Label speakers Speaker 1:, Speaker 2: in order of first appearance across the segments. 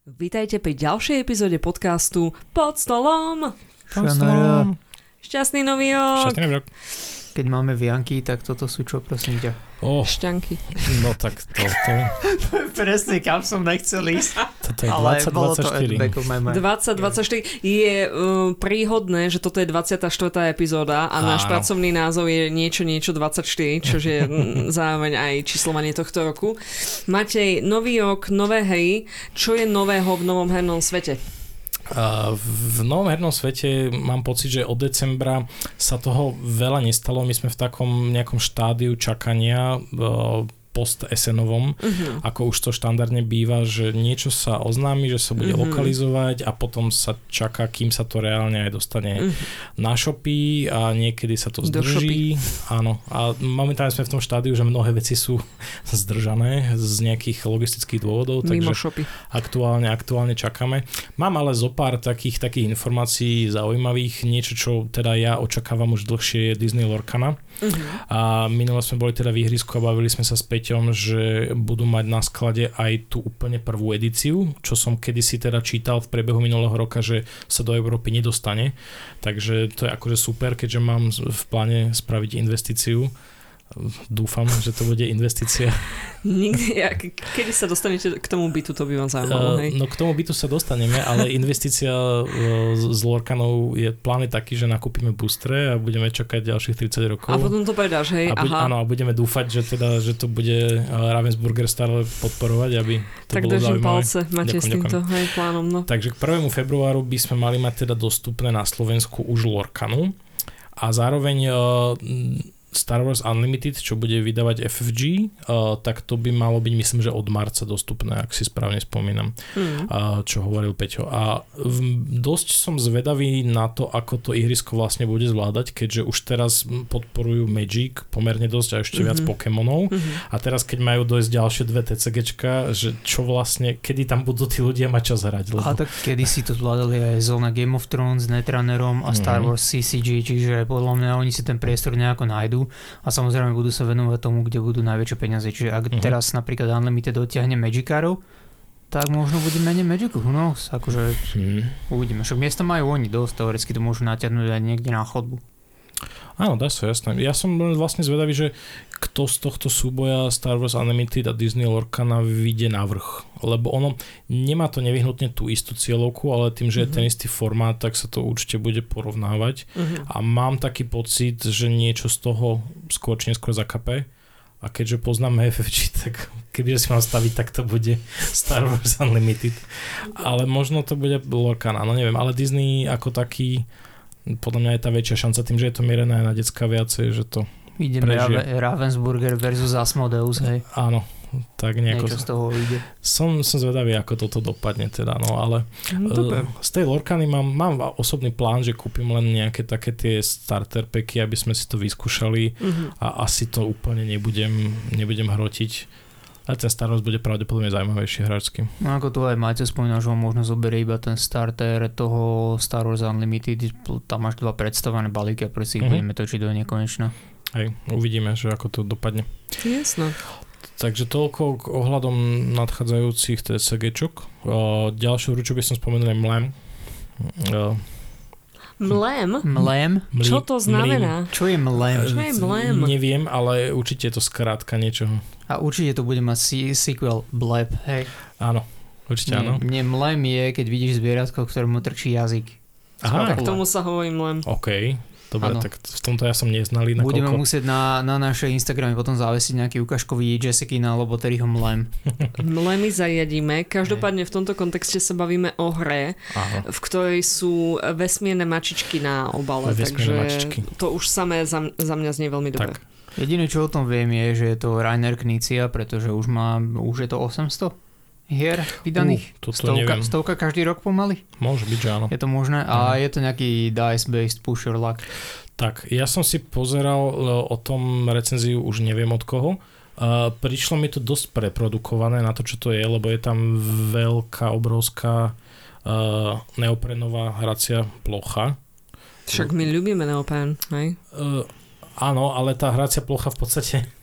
Speaker 1: Vítajte pri ďalšej epizóde podcastu Pod stolom. Šťastný nový rok.
Speaker 2: Šťastný nový rok.
Speaker 3: Keď máme vianky, tak toto sú čo, prosím ťa?
Speaker 1: Šťanky.
Speaker 2: No tak to...
Speaker 3: Presne, kam som nechcel ísť.
Speaker 2: Toto je 2024.
Speaker 1: 2024 je príhodné, že toto je 24. epizóda a náš pracovný názov je niečo 24, čo je zároveň aj číslovanie tohto roku. Matej, nový rok, nové hry. Čo je nového v novom hernom svete?
Speaker 2: V novom hernom svete mám pocit, že od decembra sa toho veľa nestalo. My sme v takom nejakom štádiu čakania post-SN-ovom, ako už to štandardne býva, že niečo sa oznámi, že sa bude lokalizovať a potom sa čaká, kým sa to reálne aj dostane na shopy a niekedy sa to zdrží. Áno. A momentálne sme v tom štádiu, že mnohé veci sú zdržané z nejakých logistických dôvodov,
Speaker 1: mimo
Speaker 2: takže
Speaker 1: shopy. Aktuálne
Speaker 2: čakáme. Mám ale zo pár takých informácií zaujímavých. Niečo, čo teda ja očakávam už dlhšie, je Disney Lorcana. A minule sme boli teda v ihrisku a bavili sme sa s Peťom, že budú mať na sklade aj tú úplne prvú edíciu, čo som kedysi teda čítal v priebehu minulého roka, že sa do Európy nedostane. Takže to je akože super, keďže mám v pláne spraviť investíciu. Dúfam, že to bude investícia.
Speaker 1: Nikdy, kedy sa dostanete k tomu bytu, to by vám zaujímalo, hej?
Speaker 2: No k tomu bytu sa dostaneme, ale investícia s Lorcanou je plán je taký, že nakúpime boostre a budeme čakať ďalších 30 rokov.
Speaker 1: A potom to predáš, hej?
Speaker 2: Áno, a budeme dúfať, že to bude Ravensburger stále podporovať, aby to
Speaker 1: tak
Speaker 2: bolo zaujímavé.
Speaker 1: Tak držím palce, máte s týmto plánom. No.
Speaker 2: Takže k 1. februáru by sme mali mať teda dostupné na Slovensku už Lorcanu a zároveň Star Wars Unlimited, čo bude vydávať FFG, tak to by malo byť, myslím, že od marca dostupné, ak si správne spomínam, čo hovoril Peťo. A dosť som zvedavý na to, ako to ihrisko vlastne bude zvládať, keďže už teraz podporujú Magic pomerne dosť a ešte viac Pokémonov. A teraz, keď majú dojsť ďalšie dve TCGčka, že čo vlastne, kedy tam budú tí ľudia mať čas hrať. Lebo...
Speaker 3: A tak kedy si to zvládali aj zóna Game of Thrones, Netrunnerom a Star Wars CCG, čiže podľa mňa oni si ten priestor nejako nájdu. A samozrejme budú sa venovať tomu, kde budú najväčšie peniaze. Čiže ak teraz napríklad Unlimited dotiahne Magicárov, tak možno bude menej Magicu. Who knows? Akože uvidíme. Však miesta majú oni dosť, teoreticky to môžu natiahnuť aj niekde na chodbu.
Speaker 2: Áno, dá sa, jasné. Ja som vlastne zvedavý, že kto z tohto súboja Star Wars Unlimited a Disney Lorcana vyjde na vrch. Lebo ono nemá to nevyhnutne tú istú cieľovku, ale tým, že je ten istý formát, tak sa to určite bude porovnávať. A mám taký pocit, že niečo z toho skôr či neskôr zakape. A keďže poznáme FFG, tak kebyže si mám staviť, tak to bude Star Wars Unlimited. Ale možno to bude Lorcana, no neviem. Ale Disney ako taký, podľa mňa je tá väčšia šanca tým, že je to mierené aj na decka viacej, že to
Speaker 3: ideme Ravensburger versus Asmodeus, hej.
Speaker 2: Áno, tak nejako
Speaker 3: niečo z toho ide.
Speaker 2: Som zvedavý, ako toto dopadne teda, no ale z tej Lorcany mám osobný plán, že kúpim len nejaké také tie starter packy, aby sme si to vyskúšali a asi to úplne nebudem hrotiť. A ten Star Wars bude pravdepodobne zaujímavejší hráčsky.
Speaker 3: No ako tu aj Majte spomínal, že on možno zoberie iba ten starter toho Star Wars Unlimited, tam máš 2 predstavené balíky a proste ich budeme točiť do nekonečna.
Speaker 2: Hej, uvidíme, že ako to dopadne.
Speaker 1: Jasno.
Speaker 2: Takže toľko k ohľadom nadchádzajúcich TCGčok. Ďalšiu hru, čo by som spomenul, je Mlem.
Speaker 1: Mlem? Čo to znamená?
Speaker 3: Čo je Mlem?
Speaker 2: Neviem, ale určite je to skrátka niečoho.
Speaker 3: A určite to bude mať sequel Bleb, hej?
Speaker 2: Áno, určite áno.
Speaker 3: Mne Mlem je, keď vidíš zvieratko, ktorému trčí jazyk.
Speaker 2: Aha.
Speaker 1: Tak tomu sa hovorí Mlem.
Speaker 2: OK. Dobre, tak v tomto ja som neznalý.
Speaker 3: Budeme musieť na našej Instagrame potom zavesiť nejaký ukážkový Jessicina alebo Terryho Mlem.
Speaker 1: Mlemy zariadíme. Každopádne v tomto kontexte sa bavíme o hre, v ktorej sú vesmírne mačičky na obale. Takže to už samé za mňa znie veľmi dobre.
Speaker 3: Jediné, čo o tom viem, je, že je to Rainer Knizia, pretože už je to 800 hier vydaných. Stovka každý rok pomaly.
Speaker 2: Môže byť, že áno.
Speaker 3: Je to možné? A je to nejaký dice-based pusher luck.
Speaker 2: Tak, ja som si pozeral o tom recenziu, už neviem od koho. Prišlo mi to dosť preprodukované na to, čo to je, lebo je tam veľká, obrovská neoprenová hracia plocha.
Speaker 1: Však my ľubíme neopren, hej?
Speaker 2: Áno, ale tá hracia plocha v podstate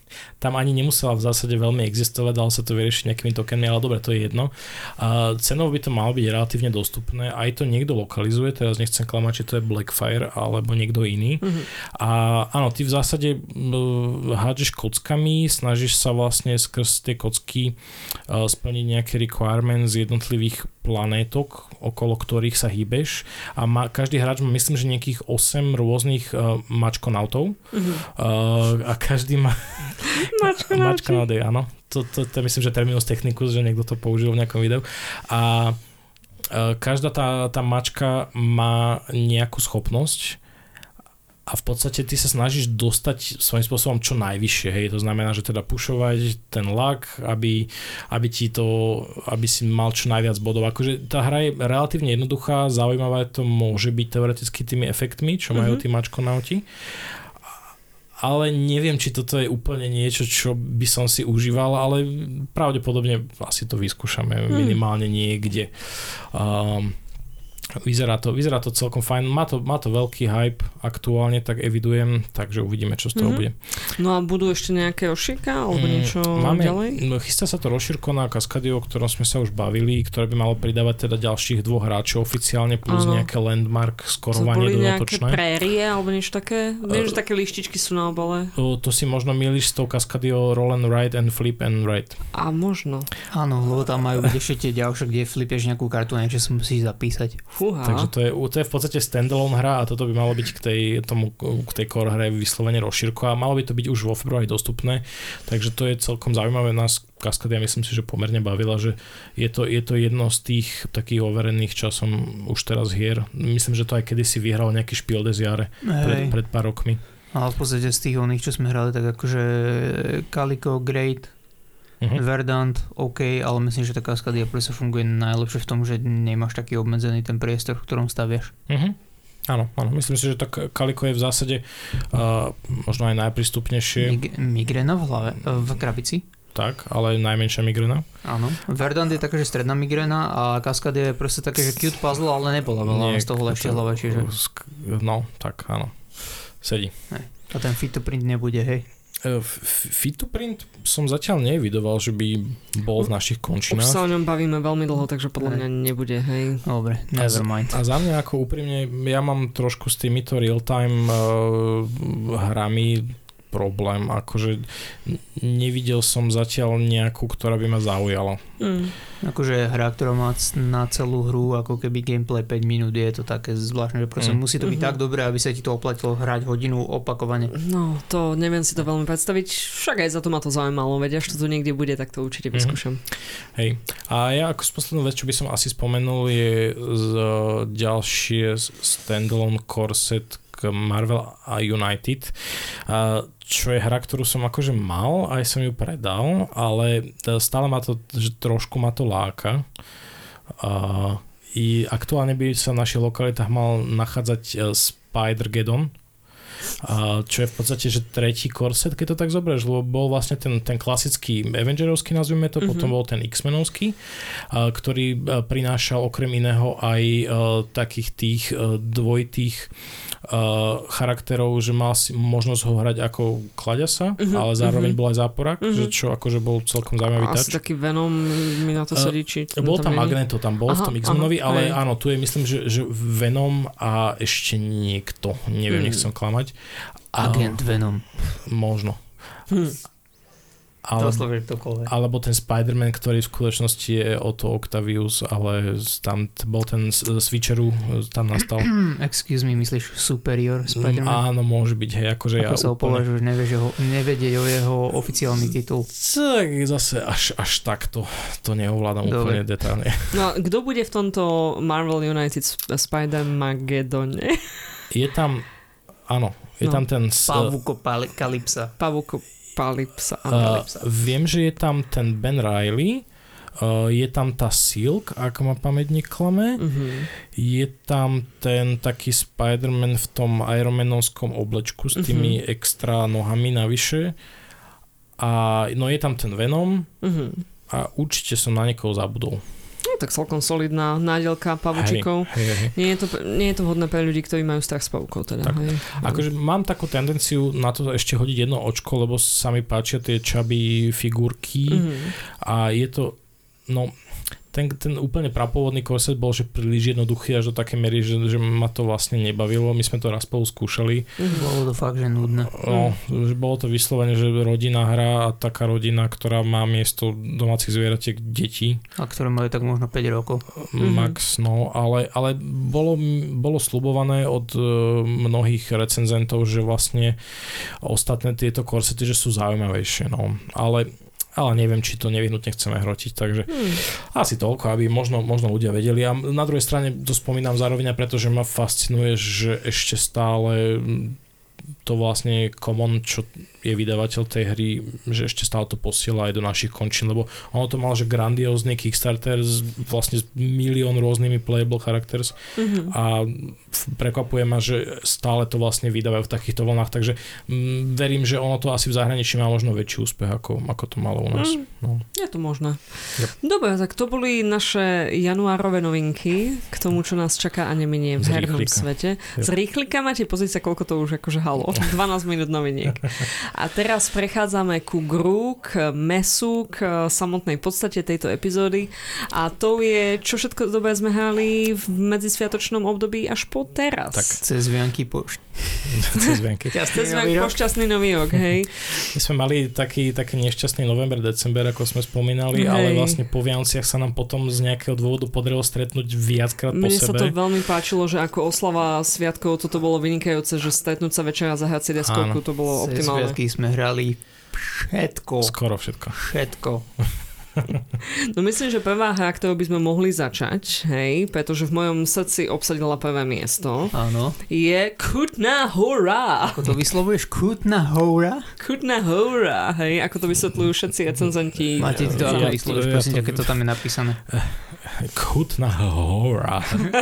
Speaker 2: tam ani nemusela v zásade veľmi existovať, dalo sa to vyriešiť nejakými tokenmi, ale dobre, to je jedno. Cenovo by to malo byť relatívne dostupné, aj to niekto lokalizuje, teraz nechcem klamať, či to je Blackfire alebo niekto iný. A áno, ty v zásade hádžeš kockami, snažíš sa vlastne skrz tie kocky splniť nejaké requirements z jednotlivých planétok, okolo ktorých sa hýbeš a každý hráč má, myslím, že nejakých 8 rôznych mačkonautov a každý má mačkonauty, áno. To myslím, že terminus technicus, že niekto to použil v nejakom videu a každá tá mačka má nejakú schopnosť a v podstate ty sa snažíš dostať svojím spôsobom čo najvyššie, hej, to znamená, že teda pušovať ten lag, aby si mal čo najviac bodov. Akože tá hra je relatívne jednoduchá, zaujímavá to môže byť teoreticky tými efektmi, čo majú tí mačkonauti. Ale neviem, či toto je úplne niečo, čo by som si užíval, ale pravdepodobne asi to vyskúšame minimálne niekde. Vyzerá to celkom fajn. Má to veľký hype aktuálne, tak evidujem, takže uvidíme, čo z toho bude.
Speaker 1: No a budú ešte nejaké ošírka alebo niečo ďalej?
Speaker 2: Chystá sa to rozšírko na Cascadia, o ktorom sme sa už bavili, ktoré by malo pridávať teda ďalších 2 hráčov oficiálne plus nejaké landmark, skorovanie dodatočné.
Speaker 1: Nejaké prérie alebo niečo také? Viem, že také lištičky sú na obale.
Speaker 2: To si možno mýliš s tou Cascadia roll and ride and flip and ride.
Speaker 1: A možno.
Speaker 3: Áno, lebo tam majú byť ešte tie ďalšie, kde flipeš nejakú kartu a niečo si musíš zapísať.
Speaker 1: Fúha.
Speaker 2: Takže to je v podstate standalone hra a toto by malo byť k tej core hre vyslovene rozšírko a malo by to byť už vo februári dostupné, takže to je celkom zaujímavé. Nás Cascadia myslím si, že pomerne bavila, že je to jedno z tých takých overených časom už teraz hier. Myslím, že to aj kedysi vyhral nejaký Spiel des Jahres pred pár rokmi.
Speaker 3: Ale v podstate z tých oných, čo sme hrali, tak akože Calico, Great, Verdant, OK, ale myslím, že tá Cascadia Presa funguje najlepšie v tom, že nemáš taký obmedzený ten priestor, v ktorom staviaš.
Speaker 2: Áno, myslím si, že tak Calico je v zásade možno aj najprístupnejšie.
Speaker 3: Migrena v hlave, v krabici.
Speaker 2: Tak, ale najmenšia migrena.
Speaker 3: Áno. Verdant je taká, že stredná migrena a Cascadia je proste také, že cute puzzle, ale nebola veľa z toho lepšie hlava, čiže...
Speaker 2: No, tak áno. Sedí.
Speaker 3: A ten fit to print nebude, hej?
Speaker 2: Fit to print som zatiaľ nevidoval, že by bol v našich končinách.
Speaker 1: Už sa o ňom bavíme veľmi dlho, takže podľa mňa nebude, hej.
Speaker 3: Dobre, never mind.
Speaker 2: A za mňa ako úprimne, ja mám trošku s týmito real-time hrami problém, akože nevidel som zatiaľ nejakú, ktorá by ma zaujala.
Speaker 3: Akože hra, ktorá má na celú hru ako keby gameplay 5 minút, je to také zvláštne, že proste musí to byť tak dobré, aby sa ti to oplatilo hrať hodinu opakovane.
Speaker 1: No, to neviem si to veľmi predstaviť, však aj za to ma to zaujímalo, veď až to tu niekde bude, tak to určite vyskúšam.
Speaker 2: Hej, a ja ako poslednú vec, čo by som asi spomenul, je ďalšie standalone core set k Marvel a United, čo je hra, ktorú som akože mal, aj som ju predal, ale stále ma to, že trošku ma to láka. I aktuálne by sa v našich lokalitách mal nachádzať Spider-Geddon, čo je v podstate, že tretí core set, keď to tak zoberieš, lebo bol vlastne ten klasický Avengerovský, nazvime to, potom bol ten X-menovský, ktorý prinášal okrem iného aj takých tých dvojitých charakterov, že mal si možnosť ho hrať ako kladiasa, ale zároveň bol aj záporák, čo akože bol celkom zaujímavý touch.
Speaker 1: Asi taký Venom mi na to sedí, či...
Speaker 2: Bol tam Magneto, tam bol v tom X-menovi, ale áno, tu je myslím, že Venom a ešte niekto, neviem, nechcem klamať.
Speaker 3: Agent Venom.
Speaker 2: Možno. Alebo ten Spider-Man, ktorý v skutočnosti je Otto Octavius, ale tam bol ten Switcheru, tam nastal.
Speaker 3: Excuse me, myslíš Superior Spider-Man?
Speaker 2: Áno, môže byť, hej, akože
Speaker 3: ako ja sa úplne... Ako sa nevedie o jeho oficiálny titul.
Speaker 2: Tak zase až takto to neovládam úplne detálne.
Speaker 1: No, kto bude v tomto Marvel United Spider-Magedone?
Speaker 2: Je tam, áno, je tam ten...
Speaker 3: Pavukokalypsa.
Speaker 2: Viem, že je tam ten Ben Reilly, je tam tá Silk, ak ma pamäť neklame, je tam ten taký Spider-Man v tom Ironmanovskom oblečku s tými extra nohami navyše a no je tam ten Venom a určite som na niekoho zabudol.
Speaker 1: Tak celkom solidná nádielka pavučikov.
Speaker 2: Hej.
Speaker 1: Nie je to vhodné pre ľudí, ktorí majú strach z pavúkov. Teda,
Speaker 2: tak. Akože mám takú tendenciu na to ešte hodiť jedno očko, lebo sa mi páčia tie chubby figurky a je to, ten úplne prapôvodný korset bol, že príliš jednoduchý až do také miery, že ma to vlastne nebavilo. My sme to raz spolu skúšali.
Speaker 3: Bolo to fakt, že nudné.
Speaker 2: Že bolo to vyslovene, že rodina hra a taká rodina, ktorá má miesto domácich zvieratiek detí.
Speaker 3: A ktoré majú tak možno 5 rokov.
Speaker 2: Max, ale bolo sľubované od mnohých recenzentov, že vlastne ostatné tieto korsety, že sú zaujímavejšie. Ale neviem, či to nevyhnutne chceme hrotiť, takže asi toľko, aby možno ľudia vedeli. A na druhej strane to spomínam zároveň, pretože ma fascinuje, že ešte stále to vlastne Common, čo je vydavateľ tej hry, že ešte stále to posiela aj do našich končín, lebo ono to mal, že grandiózny Kickstarter vlastne s milión rôznymi playable characters a prekvapuje ma, že stále to vlastne vydávajú v takýchto vlnách, takže verím, že ono to asi v zahraničí má možno väčší úspech, ako to malo u nás.
Speaker 1: Je to možné.
Speaker 2: Yep.
Speaker 1: Dobre, tak to boli naše januárové novinky k tomu, čo nás čaká a neminie v hernom svete. Z rýchlika máte pozícia, koľko to už akože halo. 12 minút noviniek. A teraz prechádzame ku gru, k mesu, k samotnej podstate tejto epizódy. A to je, čo všetko dobre sme hrali v medzisviatočnom období až po teraz.
Speaker 3: Tak. Cez Vianky
Speaker 2: Cez Vianky.
Speaker 1: Pošťastný nový rok, hej.
Speaker 2: My sme mali taký nešťastný november, december, ako sme spomínali, ale vlastne po Vianociach sa nám potom z nejakého dôvodu podarilo stretnúť viackrát po sebe.
Speaker 1: Mne sa to veľmi páčilo, že ako oslava sviatkov toto bolo vynikajúce, že stretnúť sa večer a zahrať si deskovku, to bolo optimálne.
Speaker 3: Sviatky sme hrali všetko.
Speaker 2: Skoro všetko.
Speaker 1: No myslím, že prvá hra, ktorú by sme mohli začať, hej, pretože v mojom srdci obsadila prvé miesto,
Speaker 3: áno,
Speaker 1: je Kutná Hora.
Speaker 3: Ako to vyslovuješ? Kutná Hora?
Speaker 1: Kutná Hora, hej, ako to vysvetľujú všetci recenzenti.
Speaker 3: Máte ty to ako vyslovuješ, prosím, keď to tam je napísané.
Speaker 2: Kutná Hora.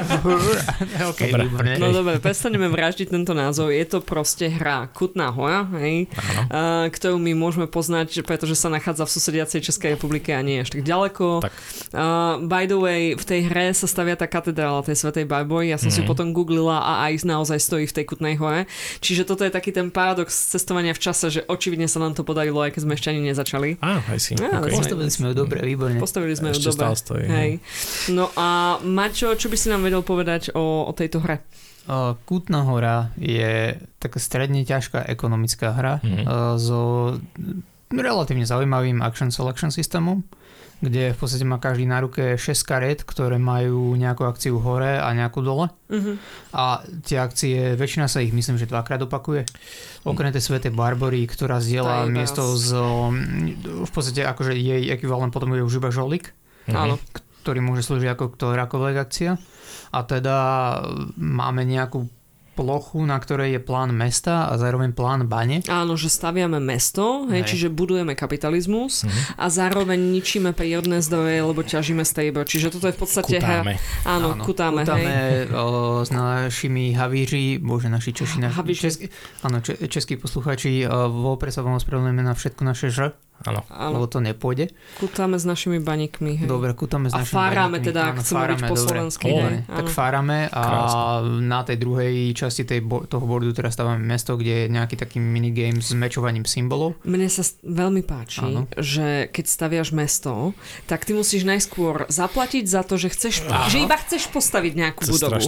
Speaker 3: Okay,
Speaker 2: dobre.
Speaker 1: No dobre, prestaneme vraždiť tento názov. Je to proste hra Kutná Hora, hej, ktorú my môžeme poznať, pretože sa nachádza v susediacej Českej republike a nie až tak ďaleko.
Speaker 2: Tak.
Speaker 1: By the way, v tej hre sa stavia tá katedrála tej svätej Barbory. Ja som si potom googlila a aj naozaj stojí v tej Kutnej Hore. Čiže toto je taký ten paradox cestovania v čase, že očividne sa nám to podarilo, aj keď sme ešte ani nezačali.
Speaker 2: Aj si. Okay.
Speaker 3: Postavili sme ju dobre, výborne.
Speaker 1: Postavili sme ju
Speaker 2: ešte
Speaker 1: dobre.
Speaker 2: Stojí,
Speaker 1: hej. No a Maťo, čo by si nám vedel povedať o tejto hre?
Speaker 3: Kutná Hora je taká stredne ťažká ekonomická hra so relatívne zaujímavým action selection systémom, kde v podstate má každý na ruke 6 kariet, ktoré majú nejakú akciu hore a nejakú dole. A tie akcie, väčšina sa ich myslím, že dvakrát opakuje. Okrem tej svätej Barbory, ktorá zdieľa miesto v podstate akože jej ekvivalent potom je už iba žolík, ktorý môže slúžiť ako ktorákoľvek akcia. A teda máme nejakú plochu, na ktorej je plán mesta a zároveň plán bane.
Speaker 1: Áno, že staviame mesto, hej. Čiže budujeme kapitalizmus a zároveň ničíme prírodné zdroje, lebo ťažíme striebro. Čiže toto je v podstate
Speaker 2: kutáme.
Speaker 1: Áno, kutáme, hej.
Speaker 3: S našimi havíři, naši Češi, českí poslucháči, vopred sa vám ospravedlňujeme na všetko naše ž.
Speaker 2: Áno.
Speaker 3: Lebo to nepôjde.
Speaker 1: Kutáme s našimi baníkmi. Hej.
Speaker 3: Dobre, kutáme s našimi baníkmi.
Speaker 1: A fárame teda, ak chceme byť po slovensky.
Speaker 3: Tak fárame a na tej druhej časti toho bordu teraz stávame mesto, kde je nejaký taký minigame s mečovaním symbolov.
Speaker 1: Mne sa veľmi páči, že keď staviaš mesto, tak ty musíš najskôr zaplatiť za to, že iba chceš postaviť nejakú budovu.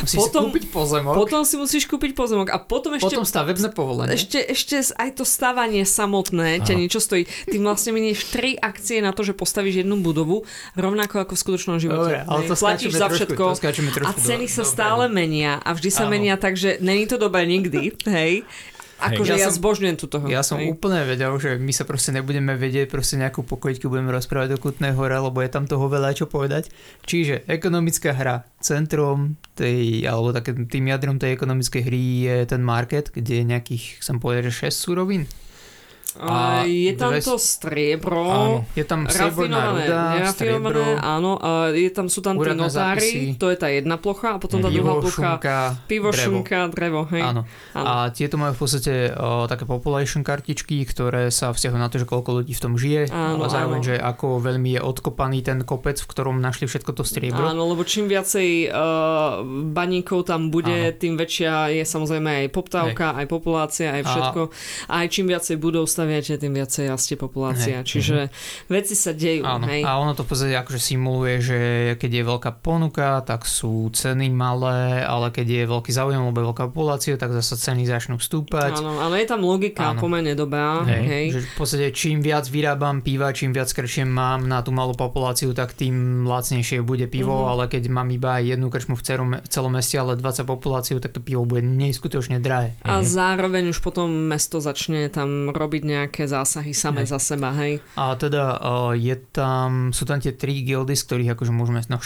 Speaker 1: Potom si musíš kúpiť pozemok a potom
Speaker 3: stavebné povolenie.
Speaker 1: Ešte aj to stavanie samotné ťa niečo stojí. Ty vlastne minieš 3 akcie na to, že postavíš jednu budovu, rovnako ako v skutočnom živote.
Speaker 3: Dobre, ale to
Speaker 1: platíš za všetko a ceny sa stále menia a vždy sa menia, takže není to dobré nikdy, hej. Akože ja zbožňujem túto hru.
Speaker 3: Ja som úplne vedel, že my sa proste nebudeme vedieť proste nejakú pokojiť, keď budeme rozprávať o Kutnej Hore, lebo je tam toho veľa čo povedať. Čiže ekonomická hra, centrom alebo tým jadrom tej ekonomickej hry je ten market, kde je nejakých, chcem povedať, že 6 surovín.
Speaker 1: Je tam to striebro,
Speaker 3: áno, je tam strieborná ruda, striebro,
Speaker 1: áno, sú tam tí notári, to je tá jedna plocha a potom tá druhá plocha pivo, šunka, drevo, hej.
Speaker 3: Áno. A tieto majú v podstate také population kartičky, ktoré sa vzťahujú na to, že koľko ľudí v tom žije, ale zároveň, že ako veľmi je odkopaný ten kopec, v ktorom našli všetko to striebro.
Speaker 1: Áno, lebo čím viacej baníkov tam bude, tým väčšia je samozrejme aj poptávka, aj populácia, aj všetko. A aj čím viacej budov staviate, tým viacej rastie populácia. Čiže veci sa dejú.
Speaker 3: Áno.
Speaker 1: Hej.
Speaker 3: A ono to v podstate akože simuluje, že keď je veľká ponuka, tak sú ceny malé, ale keď je veľký záujem, alebo je veľká populácia, tak zase ceny začnú vstúpať.
Speaker 1: Áno, ale je tam logika pomerne dobrá. Hej.
Speaker 3: Že v podstate čím viac vyrábam piva, čím viac krčiem mám na tú malú populáciu, tak tým lacnejšie bude pivo, ale keď mám iba jednu krčmu v celom meste, ale 20 populáciu, tak to pivo bude neskutočne drahé.
Speaker 1: A zároveň už potom mesto začne tam robiť nejaké zásahy same za seba, hej.
Speaker 3: A teda sú tam tie 3 guildy, z ktorých akože môžeme, 4,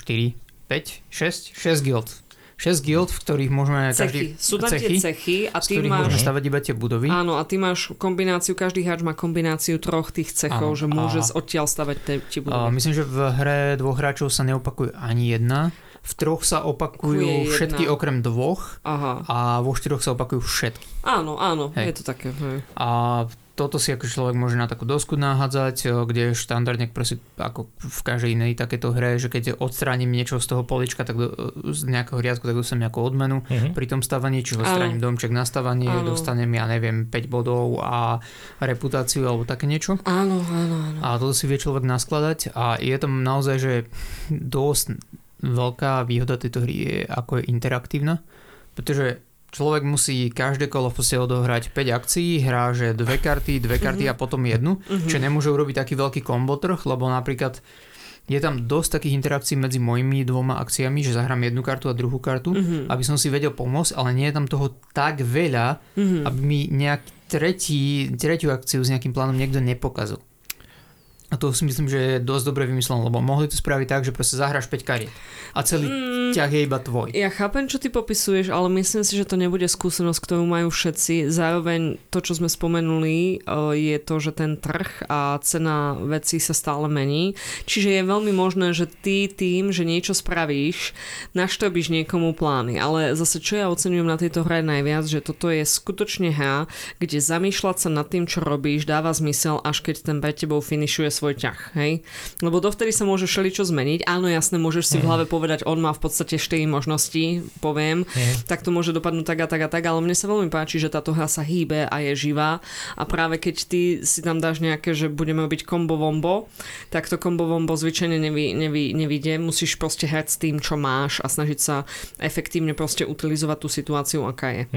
Speaker 3: 5, 6 guild. 6 guild, v ktorých môžeme
Speaker 1: sú tam tie cechy a ty máš,
Speaker 3: môžeme stavať iba tie budovy.
Speaker 1: Áno, a ty máš kombináciu, každý hráč má kombináciu 3 tých cechov, že môže odtiaľ stavať tie budovy.
Speaker 3: Myslím, že v hre 2 hráčov sa neopakuje ani jedna. V 3 sa opakujú všetky okrem 2 a vo 4 sa opakujú všetky.
Speaker 1: Áno, je to také. Hej.
Speaker 3: A toto si ako človek môže na takú dosku nahádzať, kde štandardne proste ako v každej inej takéto hre, že keď odstránim niečo z toho polička, tak z nejakého riadku, tak dostanem nejakú odmenu pri tom stavaní, či odstránim domček na stavanie, dostanem, ja neviem, 5 bodov a reputáciu alebo také niečo.
Speaker 1: Áno.
Speaker 3: A toto si vie človek naskladať a je tam naozaj, že dosť veľká výhoda tejto hry je, ako je interaktívna, pretože človek musí každé kolo v podstate odohrať 5 akcií, hrá, že 2 karty a potom jednu, čo nemôže urobiť taký veľký kombo trh, lebo napríklad je tam dosť takých interakcií medzi mojimi 2 akciami, že zahrám jednu kartu a druhú kartu, aby som si vedel pomôcť, ale nie je tam toho tak veľa, aby mi tretiu akciu s nejakým plánom niekto nepokazil. A to si myslím, že je dosť dobre vymyslené, lebo mohli to spraviť tak, že proste zahráš 5 kariet a celý ťah je iba tvoj.
Speaker 1: Ja chápem, čo ty popisuješ, ale myslím si, že to nebude skúsenosť, ktorú majú všetci. Zároveň to, čo sme spomenuli, je to, že ten trh a cena vecí sa stále mení. Čiže je veľmi možné, že ty tým, že niečo spravíš, naštrbíš niekomu plány. Ale zase, čo ja oceňujem na tejto hre najviac, že toto je skutočne hra, kde zamýšľať sa nad tým, čo robíš, dáva zmysel, až keď ten pre tebou finišuje svoj ťah, hej? Lebo dovtedy sa môže všeličo zmeniť. Áno, jasné, môžeš si v hlave povedať, on má v podstate 4 možnosti, poviem, tak to môže dopadnúť tak, ale mne sa veľmi páči, že táto hra sa hýbe a je živá a práve keď ty si tam dáš nejaké, že budeme robiť kombo-vombo, tak to kombo-vombo zvyčajne nevidie, musíš proste hrať s tým, čo máš a snažiť sa efektívne proste utilizovať tú situáciu, aká je.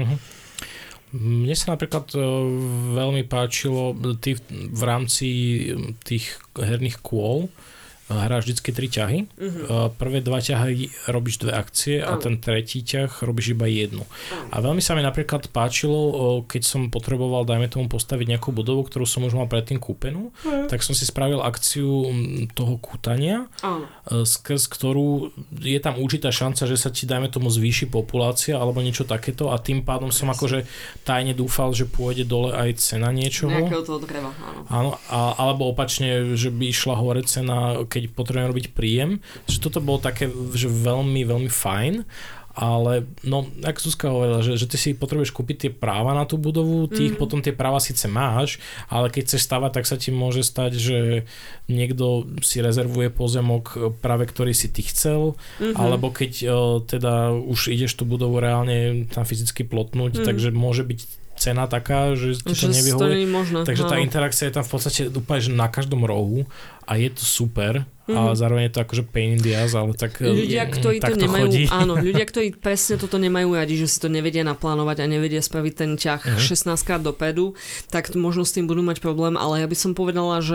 Speaker 2: Mne sa napríklad veľmi páčilo, ty v rámci tých herných kôl hráš vždycky 3 ťahy. Prvé 2 ťahy robíš 2 akcie a ten tretí ťah robíš iba jednu. A veľmi sa mi napríklad páčilo, keď som potreboval, dajme tomu, postaviť nejakú budovu, ktorú som už mal predtým kúpenú, tak som si spravil akciu toho kútania, skrz ktorú je tam určitá šanca, že sa ti, dajme tomu, zvýši populácia alebo niečo takéto a tým pádom som akože tajne dúfal, že pôjde dole aj cena niečoho.
Speaker 1: Nejakého toho dreva,
Speaker 2: áno. Alebo opačne, že by išla hore cena, keď potrebujem robiť príjem. Že toto bolo také, že veľmi, veľmi fajn, ale no, ako Zuzka hovorila, že ty si potrebuješ kúpiť tie práva na tú budovu, ty potom tie práva síce máš, ale keď chceš stavať, tak sa ti môže stať, že niekto si rezervuje pozemok práve ktorý si ty chcel, alebo keď teda už ideš tú budovu reálne tam fyzicky plotnúť, takže môže byť cena taká, že ti to nevyhovuje. Takže tá interakcia je tam v podstate úplne že na každom rohu a je to super, ale zároveň je to akože pain in the ass, ale tak
Speaker 1: ľudia, ktorí
Speaker 2: tak
Speaker 1: to nemajú,
Speaker 2: chodí.
Speaker 1: Áno, ľudia, ktorí presne toto nemajú radi, že si to nevedia naplánovať a nevedia spraviť ten ťah 16 krát dopredu, tak možno s tým budú mať problém, ale ja by som povedala, že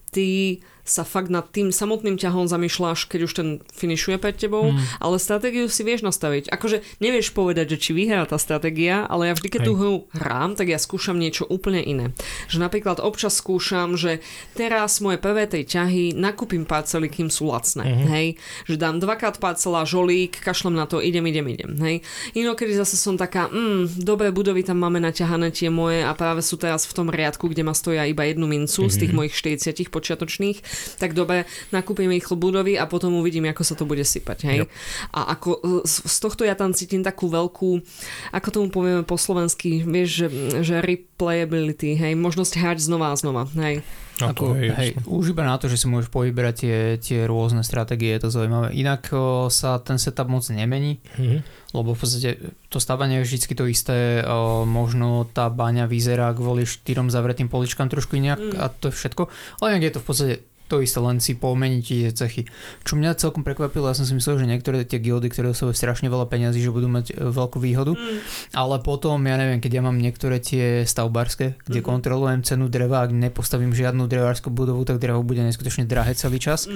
Speaker 1: ty sa fakt nad tým samotným ťahom zamýšľaš, keď už ten finišuje pred tebou, ale stratégiu si vieš nastaviť. Akože nevieš povedať, že či vyhrá tá stratégia, ale ja vždy, keď tú hru hrám, tak ja skúšam niečo úplne iné. Že napríklad občas skúšam, že teraz moje prvé tej ťahy nakúpim parcely, kým sú lacné. Hej? Že dám 2x parcela, žolík, kašlem na to, idem. Hej? Inokedy zase som taká, dobre budovy tam máme naťahané tie moje a práve sú teraz v tom riadku, kde ma stoja iba jednu mincu z tých mojich 40 počiatočných, tak dobre, nakúpim rýchlo budovy a potom uvidím, ako sa to bude sypať. Hej? Yep. A ako z tohto ja tam cítim takú veľkú, ako tomu povieme po slovensky, vieš, že replayability, hej, možnosť hrať znova a znova. Hej.
Speaker 3: Už iba na to, že si môžeš povyberať tie rôzne stratégie, je to zaujímavé. Inak sa ten setup moc nemení, lebo v podstate to stavanie je vždy to isté, možno tá baňa vyzerá kvôli 4 zavretým poličkám trošku inak a to je všetko, ale inak je to v podstate to isté, len si pomeniť tie cechy. Čo mňa celkom prekvapilo, ja som si myslel, že niektoré tie gildy, ktoré sú strašne veľa peňazí, že budú mať veľkú výhodu, ale potom, ja neviem, keď ja mám niektoré tie stavbárske, kde kontrolujem cenu dreva, ak nepostavím žiadnu drevárskú budovu, tak drevo bude neskutočne drahé celý čas.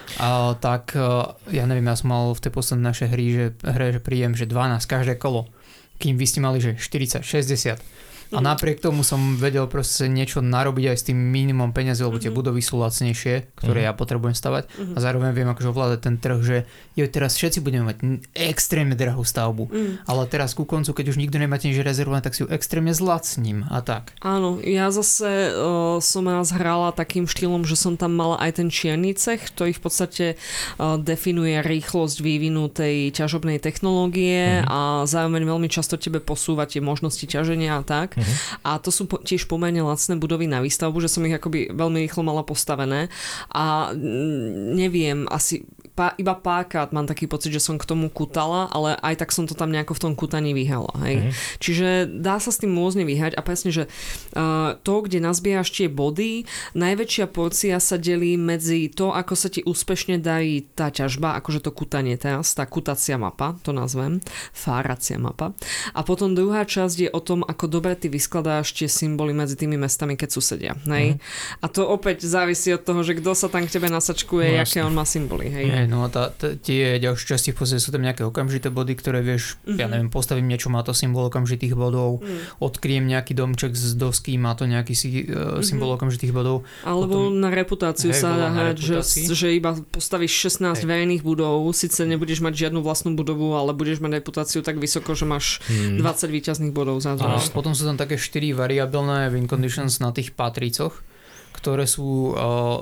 Speaker 3: Tak ja neviem, ja som mal v tej poslednej našej hre, že príjem, že 12 každé kolo, kým vy ste mali, že 40, 60. A napriek tomu som vedel proste niečo narobiť aj s tým minimum peňazí, lebo tie budovy sú lacnejšie, ktoré ja potrebujem stavať. A zároveň viem akože ovládať ten trh, že teraz všetci budeme mať extrémne drahú stavbu. Ale teraz ku koncu, keď už nikto nemáte nič rezervované, tak si ju extrémne zlacním a tak.
Speaker 1: Áno, ja zase som raz hrala takým štýlom, že som tam mala aj ten čierny cech, ktorý v podstate definuje rýchlosť vývinu tej ťažobnej technológie a zároveň veľmi často tebe posúva tie možnosti ťaženia a tak. A to sú tiež pomerne lacné budovy na výstavbu, že som ich akoby veľmi rýchlo mala postavené a neviem, asi iba párkrát mám taký pocit, že som k tomu kutala, ale aj tak som to tam nejako v tom kutaní vyhrala. Hej. Čiže dá sa s tým rôzne vyhrať a presne, že to, kde nazbieraš tie body, najväčšia porcia sa delí medzi to, ako sa ti úspešne darí tá ťažba, akože to kutanie teraz, tá kutacia mapa, to nazvem, fáracia mapa. A potom druhá časť je o tom, ako dobre ty vyskladáš tie symboly medzi tými mestami, keď susedia. Hej. A to opäť závisí od toho, že kto sa tam k tebe nasačkuje, aké on má symboly. Hej.
Speaker 3: No a tie ďalšie časti v podstate sú tam nejaké okamžité body, ktoré vieš, ja neviem, postavím niečo, má to symbol okamžitých bodov, odkryjem nejaký domček z dosky, má to nejaký symbol okamžitých bodov.
Speaker 1: Alebo potom, na reputáciu sa dá hrať, že iba postavíš 16 verejných budov, síce nebudeš mať žiadnu vlastnú budovu, ale budeš mať reputáciu tak vysoko, že máš 20 víťazných bodov za
Speaker 3: a potom sú tam také 4 variabilné win conditions na tých patricoch, ktoré sú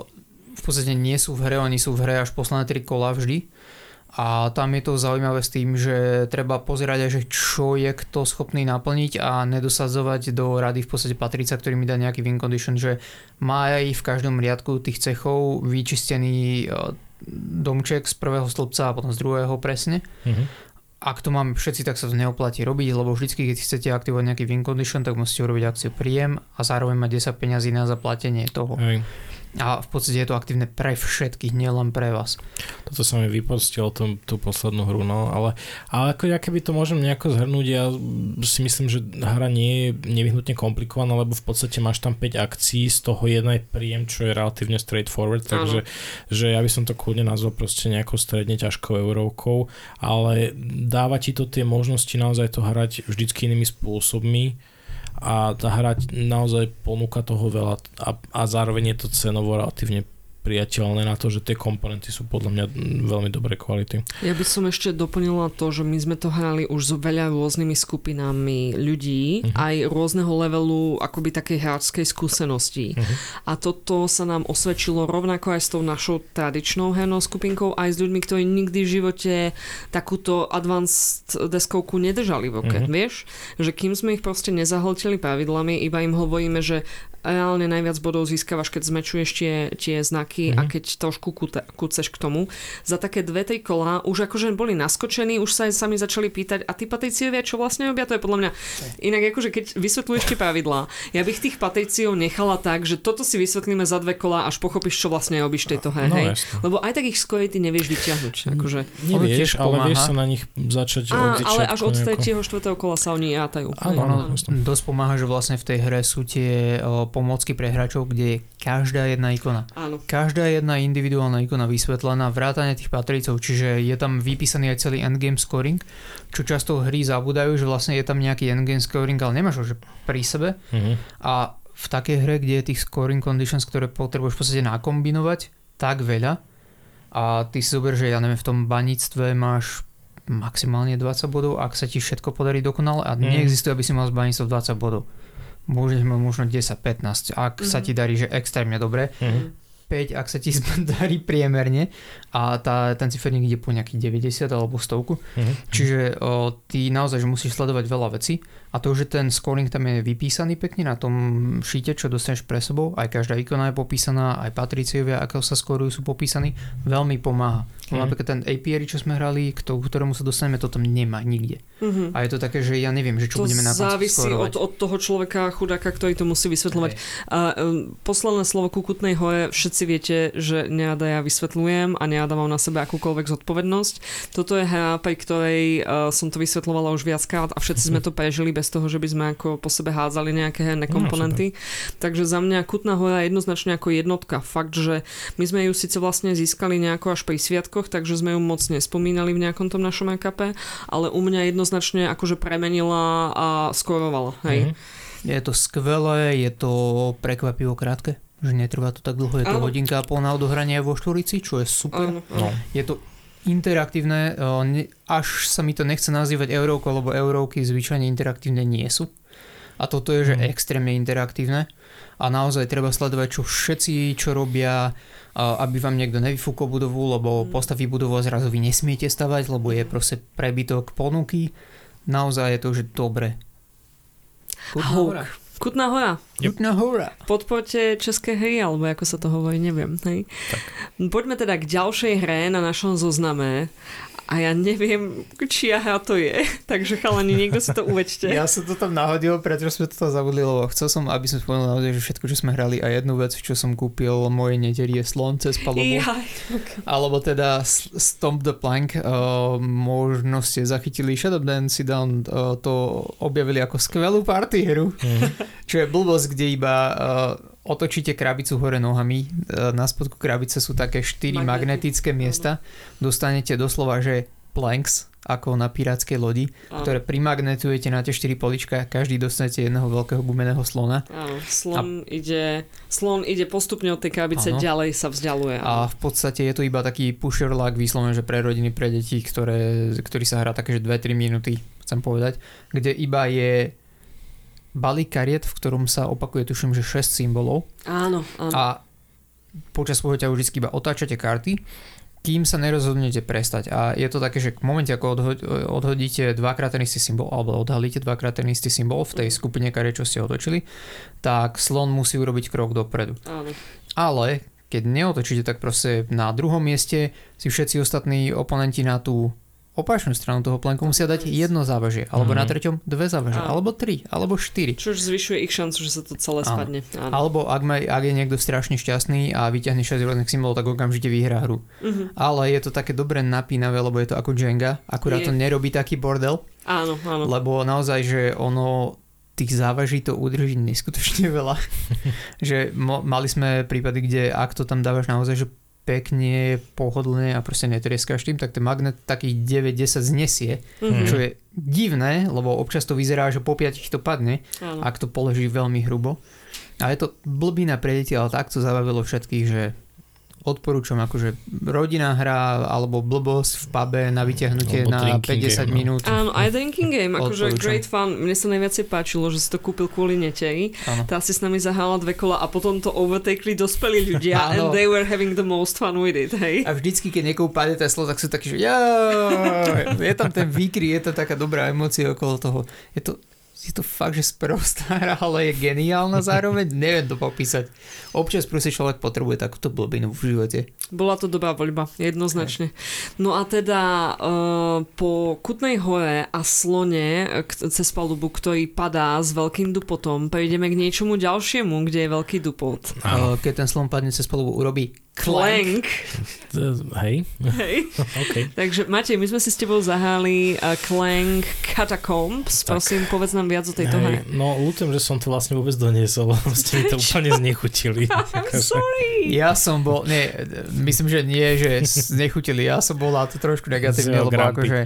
Speaker 3: v podstate nie sú v hre, oni sú v hre až posledné 3 kola vždy. A tam je to zaujímavé s tým, že treba pozerať aj, že čo je kto schopný naplniť a nedosadzovať do rady v podstate patrica, ktorý mi dá nejaký win condition, že má aj v každom riadku tých cechov vyčistený domček z prvého stĺpca a potom z druhého presne. Ak to máme všetci, tak sa to neoplatí robiť, lebo vždycky, keď chcete aktivovať nejaký win condition, tak musíte urobiť akciu príjem a zároveň mať 10 peňazí na zaplatenie toho. A v podstate je to aktívne pre všetkých, nielen pre vás.
Speaker 2: Toto sa mi vypostilo tú poslednú hru, no, ale ako ja keby to môžem nejako zhrnúť, ja si myslím, že hra nie je nevyhnutne komplikovaná, lebo v podstate máš tam 5 akcií, z toho jedna je príjem, čo je relatívne straightforward, takže že ja by som to kľudne nazval proste nejakou stredne ťažkou eurovkou, ale dáva ti to tie možnosti naozaj to hrať vždycky inými spôsobmi a tá hra naozaj ponúka toho veľa a zároveň je to cenovo relatívne priateľné na to, že tie komponenty sú podľa mňa veľmi dobrej kvality.
Speaker 1: Ja by som ešte doplnila to, že my sme to hrali už s veľa rôznymi skupinami ľudí, aj rôzneho levelu akoby takej hráčskej skúsenosti. A toto sa nám osvedčilo rovnako aj s tou našou tradičnou hernou skupinkou, aj s ľuďmi, ktorí nikdy v živote takúto advanced deskovku nedržali v oke. Vieš? Že kým sme ich proste nezahltili pravidlami, iba im hovoríme, že reálne najviac bodov získavaš, keď zmečuješ tie znaky a keď trošku kúceš k tomu. Za také 2-3 kola už akože boli naskočení, už sa aj sami začali pýtať a tí patriciovia čo vlastne robia? To je podľa mňa inak akože keď vysvetľuješ tie pravidlá, ja bych tých patriciov nechala tak, že toto si vysvetlíme za 2 kola, až pochopíš, čo vlastne robíš tejto hre, hej? Lebo aj tak ich skôr ty nevieš vyťahnuť. Akože.
Speaker 2: Nevieš, ale vieš sa na nich začať od začiatku. Ale
Speaker 1: až od 3. 4. kola sa oni játajú.
Speaker 3: Áno, dosť pomáha, že vlastne v tej hre sú tie pomôcky pre hráčov, kde je každá jedna ikona.
Speaker 1: Áno.
Speaker 3: Každá jedna individuálna ikona vysvetlená, vrátane tých patricov, čiže je tam vypísaný aj celý endgame scoring, čo často hry zabúdajú, že vlastne je tam nejaký endgame scoring, ale nemáš ho že pri sebe. A v takej hre, kde je tých scoring conditions, ktoré potrebuješ v podstate nakombinovať tak veľa, a ty si zober, že ja neviem, v tom baníctve máš maximálne 20 bodov, ak sa ti všetko podarí dokonale a neexistuje, aby si mal z baníctva 20 bodov. Môžeš mať možno 10-15, ak sa ti darí, že extrémne dobre. 5, ak sa ti darí priemerne a ten ciferník ide po nejakých 90 alebo 100. Čiže ty naozaj že musíš sledovať veľa vecí a to, že ten scoring tam je vypísaný pekne na tom šíte, čo dostaneš pre sebou, aj každá ikona je popísaná, aj patriciovia, ako sa skorujú, sú popísaní, veľmi pomáha. Napríklad ten APR, čo sme hrali, ktorému sa dostaneme, to tam nemá nikde. A je to také, že ja neviem, že čo budeme na konci skorovať.
Speaker 1: To závisí od toho človeka, chudáka, ktorý to musí vysvetľovať. Posledné slovo ku Kutnej Hore, všetci viete, že Neada ja vysvetľujem a Neada mám na sebe akúkoľvek zodpovednosť. Toto je hra, pri ktorej som to vysvetľovala už viackrát a všetci sme to prežili bez toho, že by sme ako po sebe hádzali nejaké herné komponenty. Takže za mňa Kutná Hora je jednoznačne ako jednotka. Fakt, že my sme ju síce vlastne získali nejako až pri sviatkoch, takže sme ju moc nespomínali v nejakom tom našom RKP, ale u mňa jednoznačne akože premenila a skorovala. Hej.
Speaker 3: Je to skvelé, je to prekvapivo krátke, že netrvá to tak dlho, je to hodinka a pol na odohranie vo štvorici, čo je super. Je to interaktívne, až sa mi to nechce nazývať eurovkou, lebo eurovky zvyčajne interaktívne nie sú. A toto je, že extrémne interaktívne. A naozaj treba sledovať, čo všetci, čo robia, aby vám niekto nevyfúkol budovu, lebo postaví budovu a zrazu vy nesmiete stavať, lebo je proste prebytok ponuky. Naozaj je to, že dobre.
Speaker 1: Kutná Hora.
Speaker 3: Kutná Hora.
Speaker 1: Podporte české hry, alebo ako sa to hovorí, neviem. Hej. Poďme teda k ďalšej hre na našom zozname. A ja neviem, čia hra to je. Takže chalani, niekto si to uveďte.
Speaker 3: Ja som to tam nahodil, pretože sme to zabudli, lebo chcel som, aby som spomenul naozaj, že všetko, čo sme hrali a jednu vec, čo som kúpil mojej neteri je Slon cez palubu. Alebo teda Stomp the Plank. Možno ste zachytili Shadow Dance Down, to objavili ako skvelú party hru. Čo je blbosť, kde iba otočíte krabicu hore nohami, na spodku krabice sú také 4 magnetické miesta, dostanete doslova, že planks, ako na pirátskej lodi, ktoré primagnetujete na tie 4 polička, každý dostanete jedného veľkého gumeného slona. Áno,
Speaker 1: slon ide postupne od tej krabice, ďalej sa vzdialuje.
Speaker 3: A v podstate je to iba taký pusher lag, vyslovene, že pre rodiny, pre deti, ktorý sa hrá také, že 2-3 minúty, chcem povedať, kde iba je balík kariet, v ktorom sa opakuje, tuším, že 6 symbolov.
Speaker 1: Áno.
Speaker 3: A počas svojho ťahu vždy iba otáčate karty, kým sa nerozhodnete prestať. A je to také, že v momente, ako odhodíte dvakrát ten istý symbol, alebo odhalíte dvakrát ten istý symbol v tej skupine kariet, čo ste otočili, tak slon musí urobiť krok dopredu.
Speaker 1: Áno.
Speaker 3: Ale keď neotočíte, tak proste na druhom mieste si všetci ostatní oponenti na tú opačnú stranu toho planku musia dať jedno závažie, alebo na treťom 2 závažie, alebo 3, alebo 4.
Speaker 1: Čo už zvyšuje ich šancu, že sa to celé spadne. Áno.
Speaker 3: Alebo ak je niekto strašne šťastný a vyťahne 6 rôznych symbolov, tak okamžite vyhrá hru. Ale je to také dobre napínavé, lebo je to ako Jenga, akurát to nerobí taký bordel.
Speaker 1: Áno.
Speaker 3: Lebo naozaj, že ono tých závaží to udrží neskutočne veľa. Že mali sme prípady, kde ak to tam dávaš naozaj, že pekne, pohodlne a proste netrieskáš tým, tak ten magnet takých 9-10 znesie, čo je divné, lebo občas to vyzerá, že po 5 to padne, ak to položí veľmi hrubo. A je to blbina pre deti, ale tak to zabavilo všetkých, že odporúčam akože rodinná hra alebo blbosť v pube na vyťahnutie na 50 game, minút.
Speaker 1: Áno, aj drinking game, akože great fun. Mne sa najviac páčilo, že si to kúpil kvôli neteri. Tá si s nami zahrala 2 kola a potom to overtakeli dospelí ľudia and they were having the most fun with it, hej.
Speaker 3: A vždycky, keď niekoho padne Tesla, tak sú takí, že je tam ten výkrik, je to taká dobrá emócia okolo toho. Je to fakt, že sprostá hra, ale je geniálna zároveň, neviem to popísať. Občas proste človek potrebuje takúto blbinu v živote.
Speaker 1: Bola to dobrá voľba, jednoznačne. No a teda po Kutnej Hore a slone cez palubu, ktorý padá s veľkým dupotom, prejdeme k niečomu ďalšiemu, kde je veľký dupot.
Speaker 3: Keď ten slon padne cez palubu, urobí
Speaker 1: Clank.
Speaker 2: Hej. Okay.
Speaker 1: Takže Matej, my sme si s tebou zaháli Clank Catacombs. Prosím, povedz nám viac o tejto hre.
Speaker 2: No, ľutujem, že som to vlastne vôbec doniesol. Ste mi to úplne znechutili.
Speaker 1: I'm sorry.
Speaker 3: Ja som bol, myslím, že nie, že znechutili. Ja som bol na to trošku negatívne, lebo akože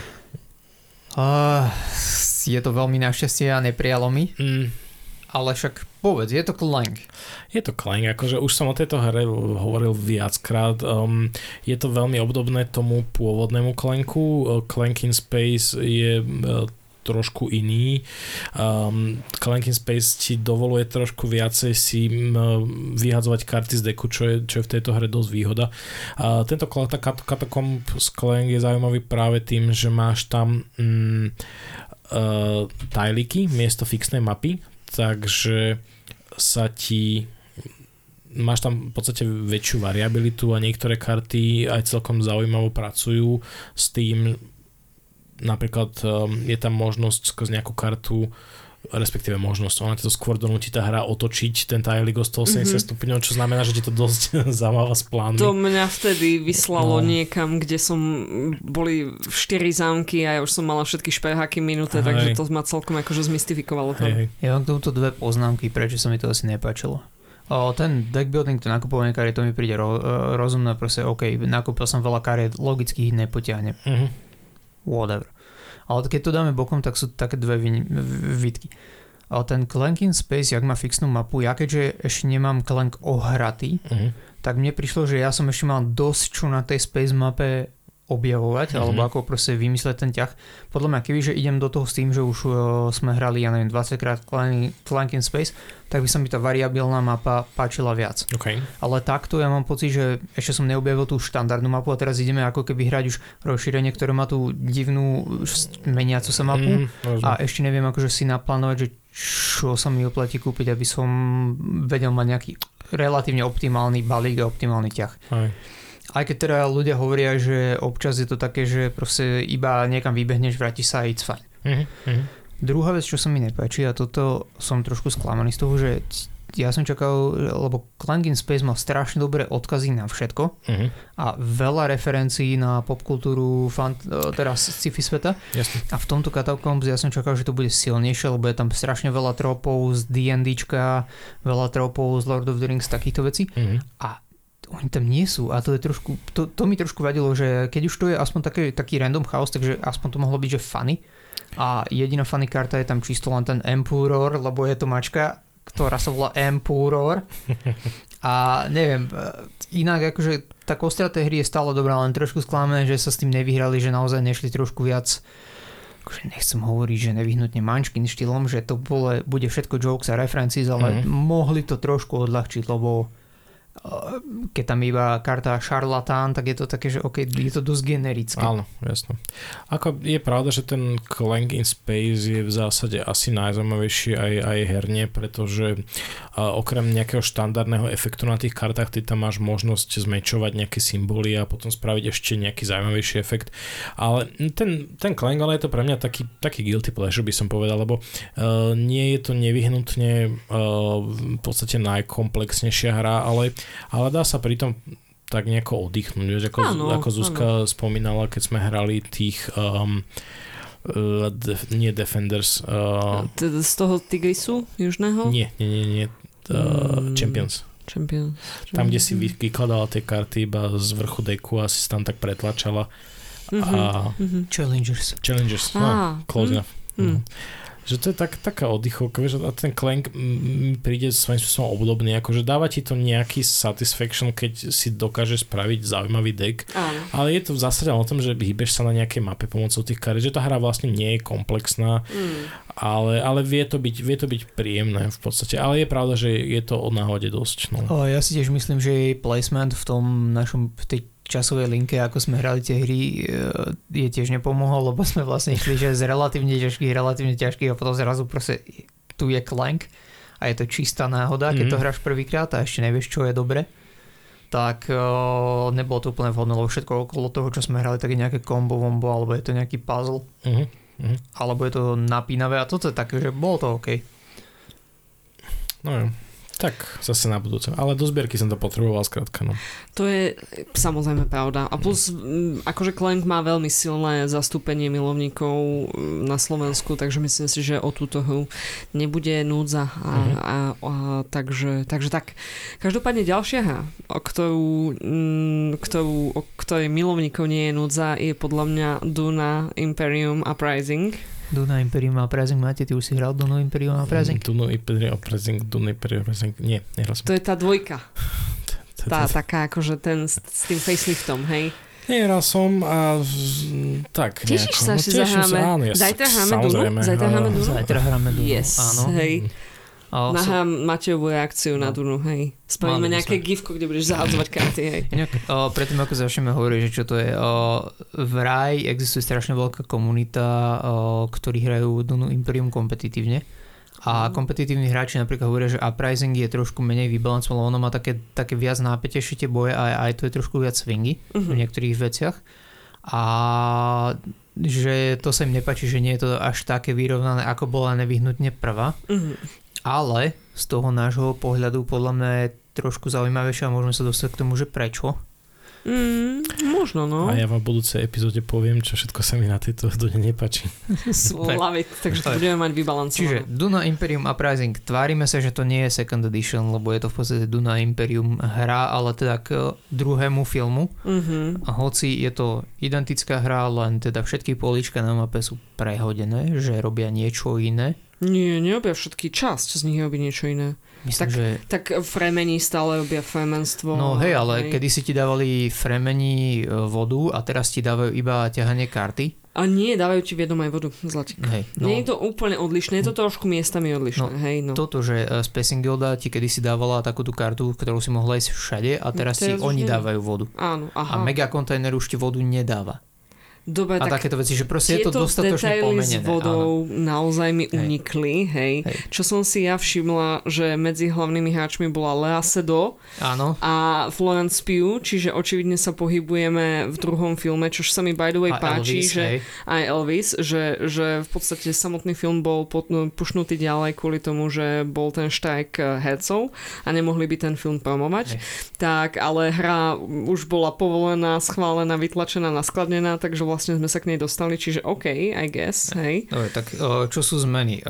Speaker 3: je to veľmi našťastie a neprijalo mi. Ale však povedz, je to Clank.
Speaker 2: Je to Clank, akože už som o tejto hre hovoril viackrát. Je to veľmi obdobné tomu pôvodnému Clanku. Clank in Space je trošku iný. Clank in Space ti dovoluje trošku viacej si vyhadzovať karty z deku, čo je v tejto hre dosť výhoda. Tento Catacombs Clank je zaujímavý práve tým, že máš tam tajliky miesto fixnej mapy, takže máš tam v podstate väčšiu variabilitu a niektoré karty aj celkom zaujímavo pracujú s tým, napríklad je tam možnosť skrz nejakú kartu, respektíve možnosť, ona ti to skôr donúti tá hra otočiť ten tajlik o 180 stupňov, čo znamená, že ti to dosť zamáva s plánmi.
Speaker 1: To mňa vtedy vyslalo niekam, kde boli 4 zámky a ja už som mala všetky šperháky minuté, takže to ma celkom akože zmystifikovalo tam.
Speaker 3: Ja mám k tomuto dve poznámky, prečo sa mi to asi nepáčilo. Ten deck building, to nakupovanie kariet, to mi príde rozumné, proste OK, nakúpil som veľa kariet, logicky ich nepotiahnem. Whatever. Ale keď to dáme bokom, tak sú také dve výtky. Ale ten Clank in Space, jak má fixnú mapu, ja keďže ešte nemám Clank ohratý, tak mne prišlo, že ja som ešte mal dosť čo na tej Space mape objavovať, alebo ako proste vymysleť ten ťah. Podľa mňa, kebyže idem do toho s tým, že už sme hrali, ja neviem, 20 krát Clank in Space, tak by sa mi tá variabilná mapa páčila viac.
Speaker 2: Okay.
Speaker 3: Ale takto ja mám pocit, že ešte som neobjavil tú štandardnú mapu a teraz ideme ako keby hrať už rozšírenie, ktoré má tú divnú meniacu sa mapu a ešte neviem akože si naplánovať, že čo sa mi oplatí kúpiť, aby som vedel mať nejaký relatívne optimálny balík a optimálny ťah. Aj keď teda ľudia hovoria, že občas je to také, že proste iba niekam vybehneš, vrátiš sa a it's fine. Druhá vec, čo sa mi nepáči, a toto som trošku sklamaný z toho, že ja som čakal, lebo Clank in Space mal strašne dobré odkazy na všetko a veľa referencií na popkultúru teraz sci-fi sveta.
Speaker 2: Jasne.
Speaker 3: A v tomto Catacombs ja som čakal, že to bude silnejšie, lebo je tam strašne veľa tropov z D&Dčka, veľa tropov z Lord of the Rings, takýchto vecí. A oni tam nie sú a to je trošku, to mi trošku vadilo, že keď už to je aspoň taký random chaos, takže aspoň to mohlo byť, že funny a jediná funny karta je tam čisto len ten Emperor, lebo je to mačka, ktorá sa volá Emperor a neviem, inak akože tá kostra tej hry je stále dobrá, len trošku sklamané, že sa s tým nevyhrali, že naozaj nešli trošku viac, akože nechcem hovoriť, že nevyhnutne mančkým štýlom, že to bude všetko jokes a references, ale mohli to trošku odľahčiť, lebo keď tam iba karta šarlatán, tak je to také, že okay, je to dosť generické.
Speaker 2: Áno, jasno. Ako je pravda, že ten Clank in Space je v zásade asi najzaujímavejší aj herne, pretože okrem nejakého štandardného efektu na tých kartách, ty tam máš možnosť zmečovať nejaké symboly a potom spraviť ešte nejaký zaujímavejší efekt. Ale ten Clank, ale je to pre mňa taký guilty pleasure, by som povedal, lebo nie je to nevyhnutne v podstate najkomplexnejšia hra, ale dá sa pri tom tak nejako oddychnúť, vieš, ako Zuzka spomínala, keď sme hrali tých nie Defenders.
Speaker 1: Z toho Tigrisu južného?
Speaker 2: Nie. Champions. Tam, kde si vykladala tie karty iba z vrchu deku a si tam tak pretlačala.
Speaker 3: Challengers.
Speaker 2: Close enough. Že to je taká oddychovka, vieš, a ten Clank mi príde svojím spôsobom obdobný, akože dáva ti to nejaký satisfaction, keď si dokáže spraviť zaujímavý deck, ale je to v zásade o tom, že hýbeš sa na nejakej mape pomocou tých kariet, že tá hra vlastne nie je komplexná, ale vie to byť príjemné v podstate, ale je pravda, že je to o náhode dosť. No.
Speaker 3: Ja si tiež myslím, že jej placement v tej časovej linke, ako sme hrali tie hry, je tiež nepomohol, lebo sme vlastne išli, že z relatívne ťažkých a potom zrazu proste tu je Clank a je to čistá náhoda, keď to hráš prvýkrát a ešte nevieš, čo je dobre, tak nebolo to úplne vhodné, lebo všetko okolo toho, čo sme hrali, tak je nejaké combo, alebo je to nejaký puzzle, alebo je to napínavé a toto je také, že bolo to OK.
Speaker 2: No jo. Tak, zase na budúce. Ale do zbierky som to potreboval skrátka. No.
Speaker 1: To je samozrejme pravda. A plus, akože Clank má veľmi silné zastúpenie milovníkov na Slovensku, takže myslím si, že o túto hru nebude núdza. Takže tak. Každopádne ďalšia hra, o ktorej milovníkov nie je núdza, je podľa mňa Duna Imperium Uprising.
Speaker 3: Duna Imperium Uprising, máte, ty už si hral Duna Imperium Uprising?
Speaker 2: Duna Imperium Uprising, nie, nehral som.
Speaker 1: To je tá dvojka. Tá taká akože ten s tým faceliftom, hej?
Speaker 2: Nehral som a tak nejako.
Speaker 1: Tešíš sa, že zahráme? Zajtra hráme Dunu?
Speaker 3: Zajtra hráme Dunu,
Speaker 1: yes,
Speaker 3: áno.
Speaker 1: Hej. Nahrám Matejovú reakciu na Dunu, hej. Spravíme nejaké gifko, kde budeš zahádzovať karty, hej.
Speaker 3: Inak, predtým ako začneme hovoriť, že čo to je, vraj existuje strašne veľká komunita, ktorí hrajú Dunu Imperium kompetitívne. A kompetitívni hráči napríklad hovoria, že Uprising je trošku menej vybalancované, ono má také viac nápätejšie tie boje a aj to je trošku viac swingy v niektorých veciach. A že to sa im nepáči, že nie je to až také vyrovnané, ako bola nevyhnutne prvá. Ale z toho nášho pohľadu podľa mňa je trošku zaujímavejšie a môžeme sa dostať k tomu, že prečo.
Speaker 1: Možno, no.
Speaker 2: A ja vám v budúcej epizóde poviem, čo všetko sa mi na tejto Dune nepáči.
Speaker 1: Slavit, takže to budeme mať vybalancované.
Speaker 3: Čiže Duna Imperium Uprising, tvárime sa, že to nie je second edition, lebo je to v podstate Duna Imperium hra, ale teda k druhému filmu. A hoci je to identická hra, len teda všetky políčka na mape sú prehodené, že robia niečo iné.
Speaker 1: Nie, nerobia všetky, časť z nich robí niečo iné.
Speaker 3: Myslím,
Speaker 1: tak Fremení stále robia fremenstvo.
Speaker 3: No hej, ale kedy si ti dávali Fremení vodu a teraz ti dávajú iba ťahanie karty.
Speaker 1: A nie, dávajú ti v jednom aj vodu, Zlatík.
Speaker 3: Hej, no,
Speaker 1: nie je to úplne odlišné, je to trošku miestami odlišné.
Speaker 3: No,
Speaker 1: hej, no.
Speaker 3: Toto, že Spacing Guilda ti kedysi dávala takúto kartu, ktorú si mohla ísť všade a teraz ti oni dávajú vodu.
Speaker 1: Áno, aha.
Speaker 3: A Mega Container už ti vodu nedáva.
Speaker 1: Dobre,
Speaker 3: a
Speaker 1: tak
Speaker 3: takéto veci, že proste je to dostatočne pomenené.
Speaker 1: Tieto detaily s vodou naozaj mi unikli, hej. Čo som si ja všimla, že medzi hlavnými hráčmi bola Lea Seydoux a Florence Pugh, čiže očividne sa pohybujeme v druhom filme, čož sa mi by the way páči, Elvis, že aj Elvis, že v podstate samotný film bol pušnutý ďalej kvôli tomu, že bol ten štrajk hercov a nemohli by ten film promovať. Tak, ale hra už bola povolená, schválená, vytlačená, naskladnená, takže vlastne sme sa k nej dostali, čiže OK, I guess, hej.
Speaker 3: Dobre, tak čo sú zmeny?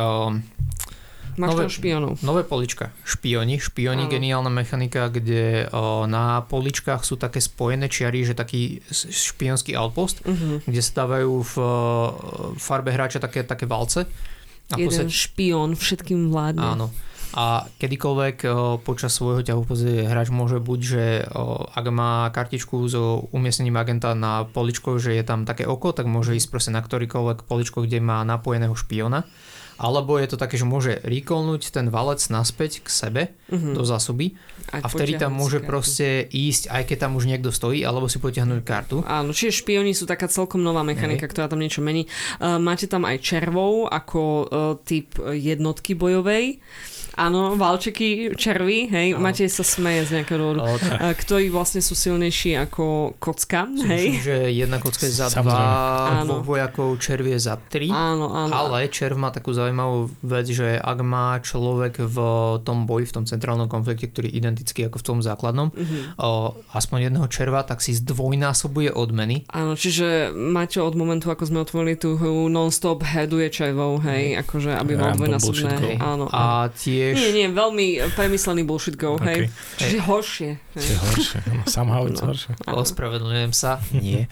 Speaker 1: Máš tam špionov.
Speaker 3: Nové polička. Špioni, geniálna mechanika, kde na poličkách sú také spojené čiary, že taký špionský outpost, kde sa dávajú v farbe hráča také valce. A
Speaker 1: jeden špion všetkým vládne.
Speaker 3: Áno. A kedykoľvek počas svojho ťahu hráč môže buď, že ak má kartičku s umiestnením agenta na poličko, že je tam také oko, tak môže ísť proste na ktorýkoľvek poličko, kde má napojeného špiona. Alebo je to také, že môže recallnúť ten valec naspäť k sebe do zásoby a vtedy tam môže proste ísť, aj keď tam už niekto stojí, alebo si potiahnuť kartu.
Speaker 1: Áno, čiže špioni sú taká celkom nová mechanika, ktorá tam niečo mení. Máte tam aj červov ako typ jednotky bojovej. Áno, valčeky, červy, hej, Matej sa smeje z nejakého dôvodu, ktorí vlastne sú silnejší ako kocka, hej.
Speaker 3: Myslím, že jedna kocka je za 2, dvoch vojakov, červ je za 3,
Speaker 1: áno.
Speaker 3: Ale červ má takú zaujímavú vec, že ak má človek v tom boji, v tom centrálnom konflikte, ktorý je identický ako v tom základnom, aspoň jedného červa, tak si zdvojnásobuje odmeny.
Speaker 1: Áno, čiže Maťo od momentu, ako sme otvorili tú hru, non-stop headuje červov, hej, akože aby mal dvojnásobné, áno.
Speaker 3: A tie
Speaker 1: Nie, veľmi premyslený bullshit go, hej. Čiže horšie.
Speaker 2: Čiže horšie, somehow it's horšie.
Speaker 3: Ospravedlňujem sa, nie.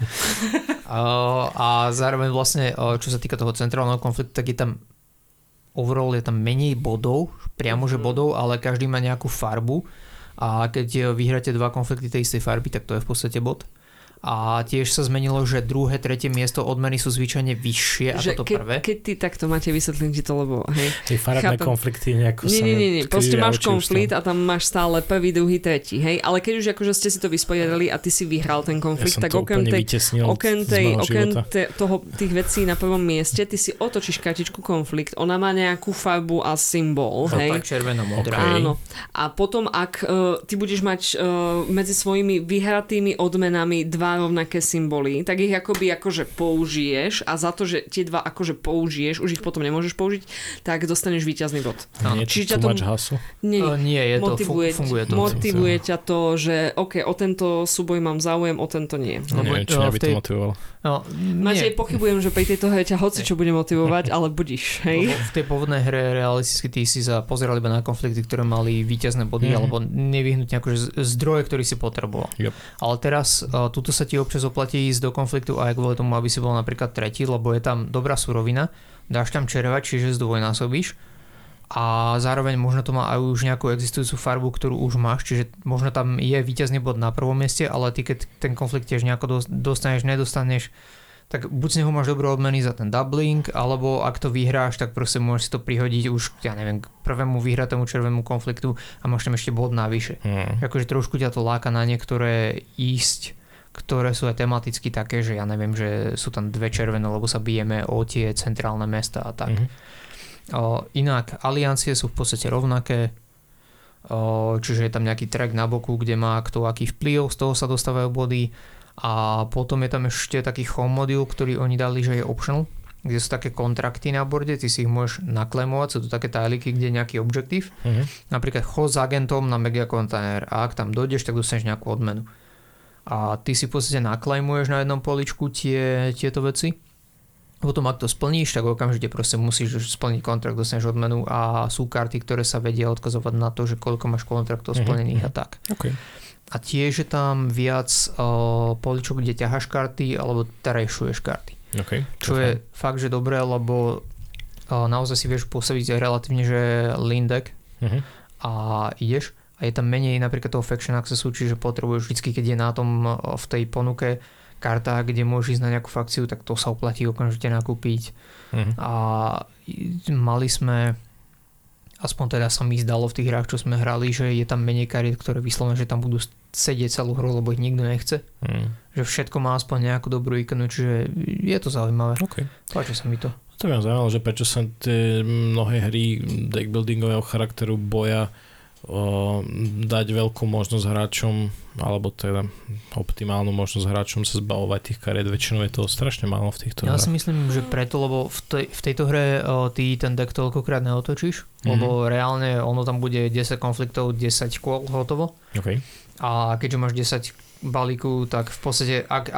Speaker 3: A zároveň vlastne, čo sa týka toho centrálneho konfliktu, tak je tam overall je tam menej bodov, priamo že bodov, ale každý má nejakú farbu a keď vyhráte 2 konflikty tej istej farby, tak to je v podstate bod. A tiež sa zmenilo, že druhé, tretie miesto odmeny sú zvyčajne vyššie ako to prvé.
Speaker 1: Keď ty takto máte, vysvetlím ti to, lebo hej.
Speaker 2: Tie farebné konflikty nejako sa...
Speaker 1: Nie. Proste máš konflikt a tam máš stále prvý, druhý, tretí, hej. Ale keď už akože ste si to vysporiadali a ty si vyhral ten konflikt, tak okrem tých vecí na prvom mieste, ty si otočíš kartičku konflikt, ona má nejakú farbu a symbol, hej.
Speaker 3: Červeno-modrá.
Speaker 1: Áno. A potom, ak ty budeš mať medzi svojimi vyhratými odmenami 2 dva rovnaké symboly, tak ich akoby akože použiješ a za to, že tie dva akože použiješ, už ich potom nemôžeš použiť, tak dostaneš víťazný bod.
Speaker 2: Čiže too much hassle?
Speaker 3: Nie, je to, funguje to.
Speaker 1: Motivuje ťa to, že OK, o tento súboj mám záujem, o tento nie.
Speaker 2: Neviem, či mňa by to motivovalo.
Speaker 1: Matej, pochybujem, že pri tejto hre ťa hoci čo bude motivovať, ale budíš, hej?
Speaker 3: V tej pôvodnej hre realisticky ty si sa pozeral iba na konflikty, ktoré mali víťazné body, alebo nevyhnutne akože zdroje, ktorý si potreboval.
Speaker 2: Yep. Ale
Speaker 3: teraz tuto sa ti občas oplatí ísť do konfliktu aj kvôli tomu, aby si bol napríklad tretí, lebo je tam dobrá surovina, dáš tam červať, čiže zdvojnásobíš a zároveň možno to má aj už nejakú existujúcu farbu, ktorú už máš, čiže možno tam je víťazný bod na prvom mieste, ale ty keď ten konflikt tiež nejako dostaneš, nedostaneš, tak buď z neho máš dobré odmeny za ten doubling, alebo ak to vyhráš, tak proste môžeš si to prihodiť už, ja neviem, k prvému vyhratému červenému konfliktu a máš tam ešte bod navyše. Akože trošku ťa to láka na niektoré ísť, ktoré sú aj tematicky také, že ja neviem, že sú tam dve červené, lebo sa bijeme o tie centrálne mesta a tak. Inak aliancie sú v podstate rovnaké, čiže je tam nejaký track na boku, kde má kto aký vplyv, z toho sa dostávajú body a potom je tam ešte taký home module, ktorý oni dali, že je optional, kde sú také kontrakty na borde, ty si ich môžeš naklemovať, sú to také tajliky, kde je nejaký objektív, napríklad chod s agentom na mega kontajner a ak tam dojdeš, tak dostaneš nejakú odmenu a ty si v podstate naklejmuješ na jednom poličku tieto veci. Potom ak to splníš, tak okamžite proste musíš splniť kontrakt, dostaneš odmenu a sú karty, ktoré sa vedia odkazovať na to, že koľko máš kontraktov splnených a tak.
Speaker 2: Okay.
Speaker 3: A tiež je tam viac poličok, kde ťaháš karty alebo trešuješ karty.
Speaker 2: Okay.
Speaker 3: Čo je fakt, že dobré, lebo naozaj si vieš pôsobiť relatívne, že lean deck a ideš a je tam menej napríklad toho faction accessu, čiže potrebuješ vždycky, keď je na tom v tej ponuke karta, kde môžeš ísť na nejakú fakciu, tak to sa oplatí okamžite nakúpiť. A mali sme, aspoň teda sa mi zdalo v tých hrách, čo sme hrali, že je tam menej kariet, ktoré vyslovene, že tam budú sedieť celú hru, lebo ich nikto nechce. Že všetko má aspoň nejakú dobrú ikonu, čiže je to zaujímavé.
Speaker 2: Okay.
Speaker 3: Páči sa mi to.
Speaker 2: To by ma zaujímalo, že prečo sa tie mnohé hry deckbuildingového charakteru boja dať veľkú možnosť hráčom, alebo teda optimálnu možnosť hráčom sa zbavovať tých kariet. Väčšinou je toho strašne málo v týchto hrách.
Speaker 3: Ja si myslím, že preto, lebo v tejto hre ty ten deck toľkokrát neotočíš, lebo reálne ono tam bude 10 konfliktov, 10 kôl hotovo.
Speaker 2: Okay.
Speaker 3: A keďže máš 10 balíku, tak v podstate ak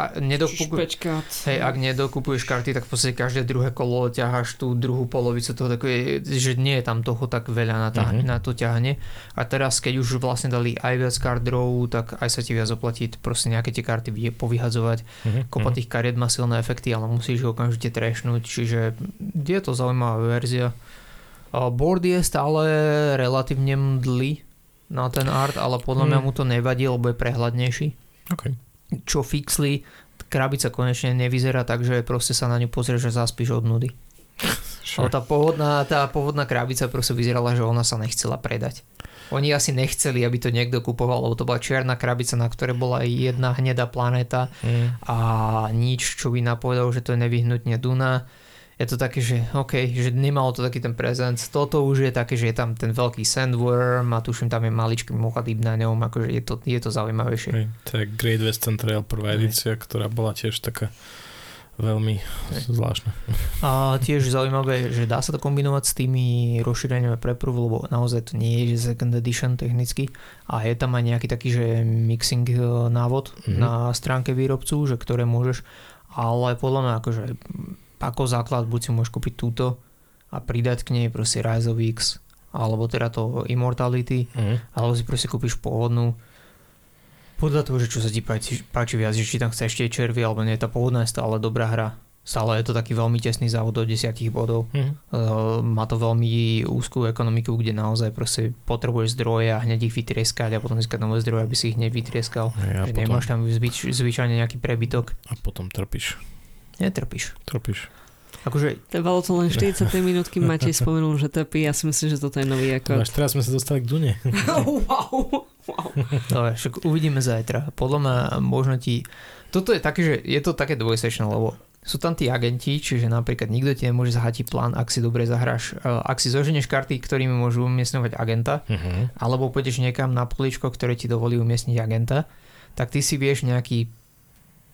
Speaker 3: nedokupuješ karty, tak v podstate každé druhé kolo ťaháš tú druhú polovicu toho, takové, že nie je tam toho tak veľa na to ťahne. A teraz, keď už vlastne dali aj viac card draw, tak aj sa ti viac oplatí proste nejaké tie karty povyhadzovať. Kopa tých kariet má silné efekty, ale musíš ho okamžite trashnúť, čiže je to zaujímavá verzia. Board je stále relatívne mdlý na ten art, ale podľa mňa mu to nevadí, lebo je prehľadnejší.
Speaker 2: Okay.
Speaker 3: Čo fixli, krabica konečne nevyzerá tak, že proste sa na ňu pozrieš a zaspíš od nudy. Sure. Tá pôvodná krabica proste vyzerala, že ona sa nechcela predať. Oni asi nechceli, aby to niekto kupoval, lebo to bola čierna krabica, na ktorej bola jedna hnedá planéta a nič, čo by napovedal, že to je nevyhnutne Duna. Je to také, že že nemalo to taký ten prezent. Toto už je také, že je tam ten veľký sandworm a tuším tam je maličký mochadíb na ňom, akože je to zaujímavejšie.
Speaker 2: To je Great Western Trail prvá edícia, ktorá bola tiež taká veľmi zvláštna.
Speaker 3: A tiež zaujímavé, že dá sa to kombinovať s tými rozšíreniami pre prvú, lebo naozaj to nie je že second edition technicky a je tam aj nejaký taký, že mixing návod na stránke výrobcu, že ktoré môžeš, ale podľa mňa akože ako základ buď si môžeš kúpiť túto a pridať k nej proste Rise of X alebo teda to Immortality alebo si proste kúpiš pôvodnú podľa toho, že čo sa ti páči viac, že či tam chceš tie červy alebo nie, tá pôvodná je stále dobrá hra, stále je to taký veľmi tesný závod do 10 bodov. Má to veľmi úzkú ekonomiku, kde naozaj proste potrebuješ zdroje a hneď ich vytrieskať a potom získať nové zdroje, aby si ich hneď vytrieskal, že potom nemáš tam zvyčajne nejaký prebytok a
Speaker 2: potom trpíš.
Speaker 3: Netrpíš.
Speaker 2: Trpíš.
Speaker 3: Akože...
Speaker 1: Trvalo to len 40 minútky, Matej spomenul, že trpí. Ja si myslím, že toto je nový akord.
Speaker 2: Až teraz sme sa dostali k Dune.
Speaker 1: Wow.
Speaker 3: Dobre, však uvidíme zajtra. Podľa mňa možno ti... Toto je také, že je to také dvojsečné, lebo sú tam tí agenti, čiže napríklad nikto ti nemôže zahatiť plán, ak si dobre zahráš. Ak si zoženieš karty, ktorými môžu umiestňovať agenta, alebo pôjdeš niekam na poličko, ktoré ti dovolí umiestniť agenta, tak ty si vieš nejaký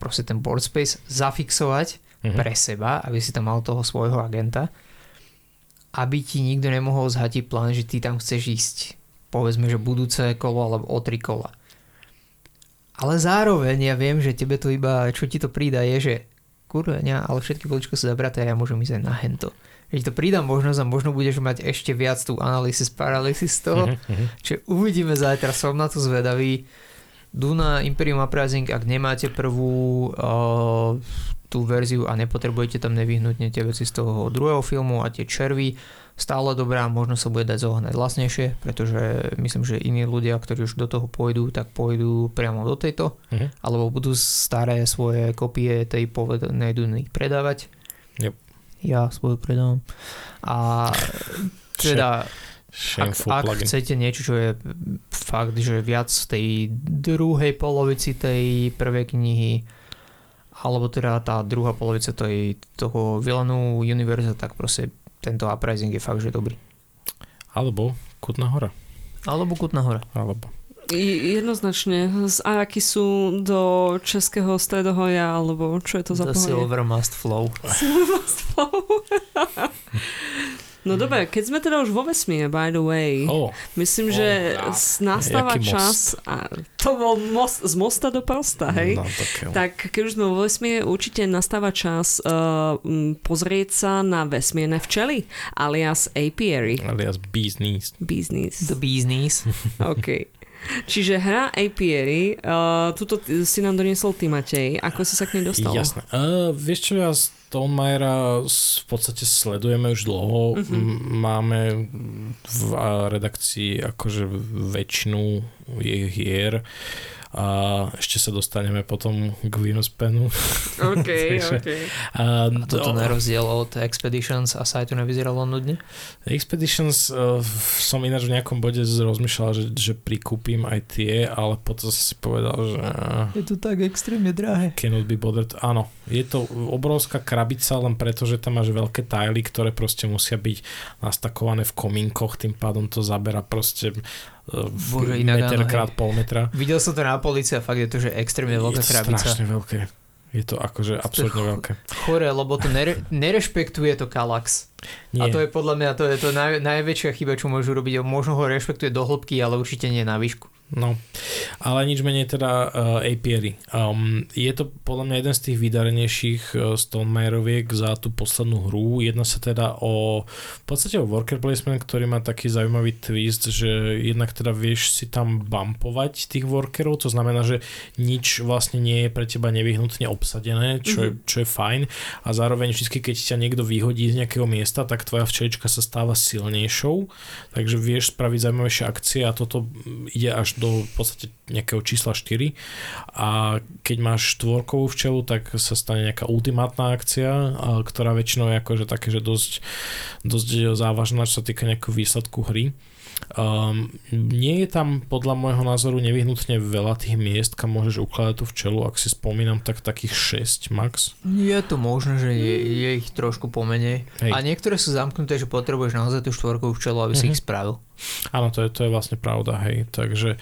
Speaker 3: proste ten board space zafixovať pre seba, aby si tam mal toho svojho agenta, aby ti nikto nemohol zhatiť plán, že ty tam chceš ísť povedzme, že budúce kolo alebo o 3 kola. Ale zároveň ja viem, že tebe to iba, čo ti to prída je, že kurňa, ale všetky poličko sú zabraté a ja môžem ísť aj na hento. Keď to pridám možnosť a možno budeš mať ešte viac tú analysis paralysis toho, čo uvidíme zajtra, som na to zvedavý. Duna Imperium Uprising, ak nemáte prvú tú verziu a nepotrebujete tam nevyhnutne tie veci z toho druhého filmu a tie červy, stále dobrá, možno sa bude dať zohnať lacnejšie, pretože myslím, že iní ľudia, ktorí už do toho pôjdu, tak pôjdu priamo do tejto, alebo budú staré svoje kopie tej povedanej Duny predávať.
Speaker 2: Yep.
Speaker 3: Ja svoju predávam. A teda ak chcete niečo, čo je fakt, že viac z tej druhej polovici tej prvej knihy, alebo teda tá druhá polovica toho Villeneuve univerza, tak proste tento Uprising je fakt, že dobrý.
Speaker 2: Alebo Kutná hora.
Speaker 3: Alebo Kutná hora.
Speaker 2: Alebo.
Speaker 1: Jednoznačne. Z Arakisu do Českého stredohoja, alebo čo je to za pohorie?
Speaker 3: The Silver Must Flow.
Speaker 1: Silver Must Flow. No dobre, keď sme teda už vo vesmíre, by the way, myslím, že nastáva čas, a to bol most, z mosta do prosta, hej?
Speaker 2: No,
Speaker 1: tak keď už sme vo vesmíre, určite nastáva čas pozrieť sa na vesmírne včely, alias apiary.
Speaker 2: Alias bee's knees.
Speaker 1: Bee's knees.
Speaker 3: The bee's knees.
Speaker 1: OK. Čiže hra Apiary, tuto si nám doniesol ty, Matej. Ako si sa k nej dostal?
Speaker 2: Jasné. Vieš čo, ja Stonemajera v podstate sledujeme už dlho. Máme v redakcii akože väčšinu jej hier a ešte sa dostaneme potom k Venuspenu.
Speaker 1: OK.
Speaker 3: A toto na rozdiel od Expeditions a sajtu nevyzeralo nudne?
Speaker 2: Expeditions som ináč v nejakom bode rozmýšľal, že prikúpim aj tie, ale potom som si povedal, že
Speaker 3: je to tak extrémne drahé.
Speaker 2: Cannot be bothered. Áno, je to obrovská krabica len preto, že tam máš veľké tajly, ktoré proste musia byť nastakované v komínkoch, tým pádom to zabera proste meter krát pol metra.
Speaker 3: Videl som to na polícii a fakt je to, že extrémne veľká krabica.
Speaker 2: Je to strašne veľké. Je to akože absurdne veľké.
Speaker 3: Chore, lebo to nerešpektuje to Kallax. Nie. A to je podľa mňa to najväčšia chyba, čo môžu robiť. Možno ho rešpektuje do hĺbky, ale určite nie na výšku.
Speaker 2: No, ale nič menej teda Apiary. Je to podľa mňa jeden z tých vydarenejších Stonemajeroviek za tú poslednú hru. Jedná sa teda v podstate o worker placement, ktorý má taký zaujímavý twist, že jednak teda vieš si tam bumpovať tých workerov, to znamená, že nič vlastne nie je pre teba nevyhnutne obsadené, čo je fajn, a zároveň vždy, keď ťa niekto vyhodí z nejakého miesta, tak tvoja včelička sa stáva silnejšou, takže vieš spraviť zaujímavejšie akcie a toto ide až do v podstate nejakého čísla 4, a keď máš štvorkovú včelu, tak sa stane nejaká ultimátna akcia, ktorá väčšinou je akože také, že dosť závažná, čo sa týka nejakého výsledku hry. Nie je tam podľa môjho názoru nevyhnutne veľa tých miest, kam môžeš ukladať tú včelu, ak si spomínam, tak takých 6 max.
Speaker 3: Je to možné, že je ich trošku pomenej. Hej. A niektoré sú zamknuté, že potrebuješ naozaj tú štvorkovú včelu, aby si ich spravil.
Speaker 2: Áno, to je vlastne pravda, hej. Takže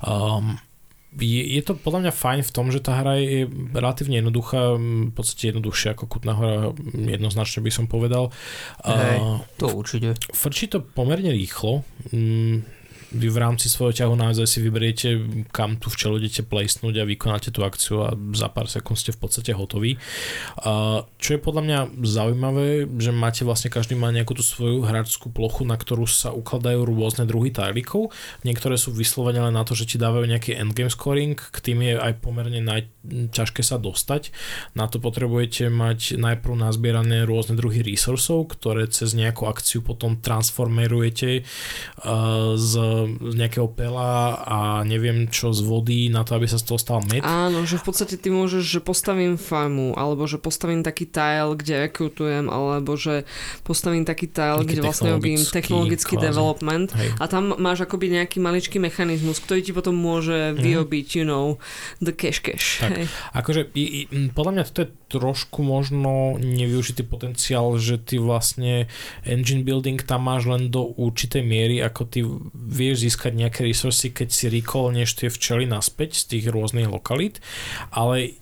Speaker 2: je to podľa mňa fajn v tom, že tá hra je relatívne jednoduchá, v podstate jednoduchšia ako Kutná hora, jednoznačne by som povedal.
Speaker 3: To určite.
Speaker 2: Frčí to pomerne rýchlo. Vy v rámci svojho ťahu naozaj si vyberiete, kam tú včelu idete placenúť a vykonáte tú akciu a za pár sekúnd ste v podstate hotoví. Čo je podľa mňa zaujímavé, že máte vlastne, každý má nejakú tú svoju hráčskú plochu, na ktorú sa ukladajú rôzne druhy tajlíkov. Niektoré sú vyslovene len na to, že ti dávajú nejaký endgame scoring, k tým je aj pomerne ťažké sa dostať. Na to potrebujete mať najprv nazbierané rôzne druhy resursov, ktoré cez nejakú akciu potom transformerujete z nejakého pela a neviem čo z vody na to, aby sa z toho stal med.
Speaker 1: Áno, že v podstate ty môžeš, že postavím farmu, alebo že postavím taký tile, kde rekrutujem, alebo že postavím taký tile, kde vlastne robím technologický development. Hej. A tam máš akoby nejaký maličký mechanizmus, ktorý ti potom môže vyrobiť, the cash.
Speaker 2: Tak, akože podľa mňa toto je trošku možno nevyužitý potenciál, že ty vlastne engine building tam máš len do určitej miery, ako ty vieš získať nejaké resursy, keď si recallneš tie včely naspäť z tých rôznych lokalít, ale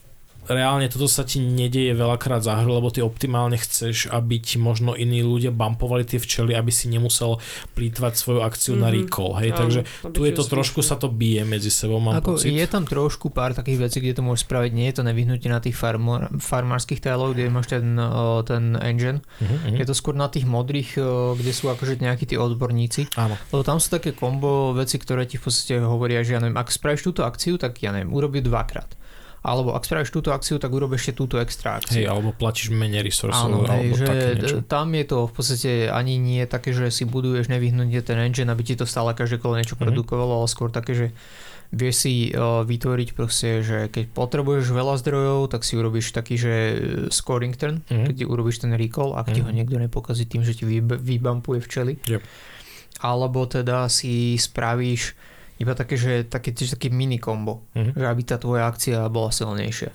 Speaker 2: reálne toto sa ti nedieje veľakrát za hru, lebo ty optimálne chceš, aby ti možno iní ľudia bumpovali tie včely, aby si nemusel plýtvať svoju akciu na recall, hej, takže tu je to trošku sa to bije medzi sebou, mám pocit.
Speaker 3: Je tam trošku pár takých vecí, kde to môžeš spraviť, nie je to nevyhnutne na tých farmárskych tileoch, kde máš ten engine, je to skôr na tých modrých, kde sú akože nejakí tí odborníci, lebo tam sú také kombo veci, ktoré ti v podstate hovoria, že ja neviem, ak spravíš túto akciu, tak ja neviem, urobí dvakrát. Alebo ak spravíš túto akciu, tak urobíš ešte túto extra akciu.
Speaker 2: Hej, alebo platíš menej resursov.
Speaker 3: Áno, hej, že tam je to v podstate ani nie také, že si buduješ nevyhnutne ten engine, aby ti to stále každé kolo niečo produkovalo, ale skôr také, že vieš si vytvoriť proste, že keď potrebuješ veľa zdrojov, tak si urobíš taký, že scoring turn, keď urobíš ten recall, ak ti ho niekto nepokazí tým, že ti vybumpuje včely.
Speaker 2: Yep.
Speaker 3: Alebo teda si spravíš iba také, že taký mini kombo, že aby tá tvoja akcia bola silnejšia.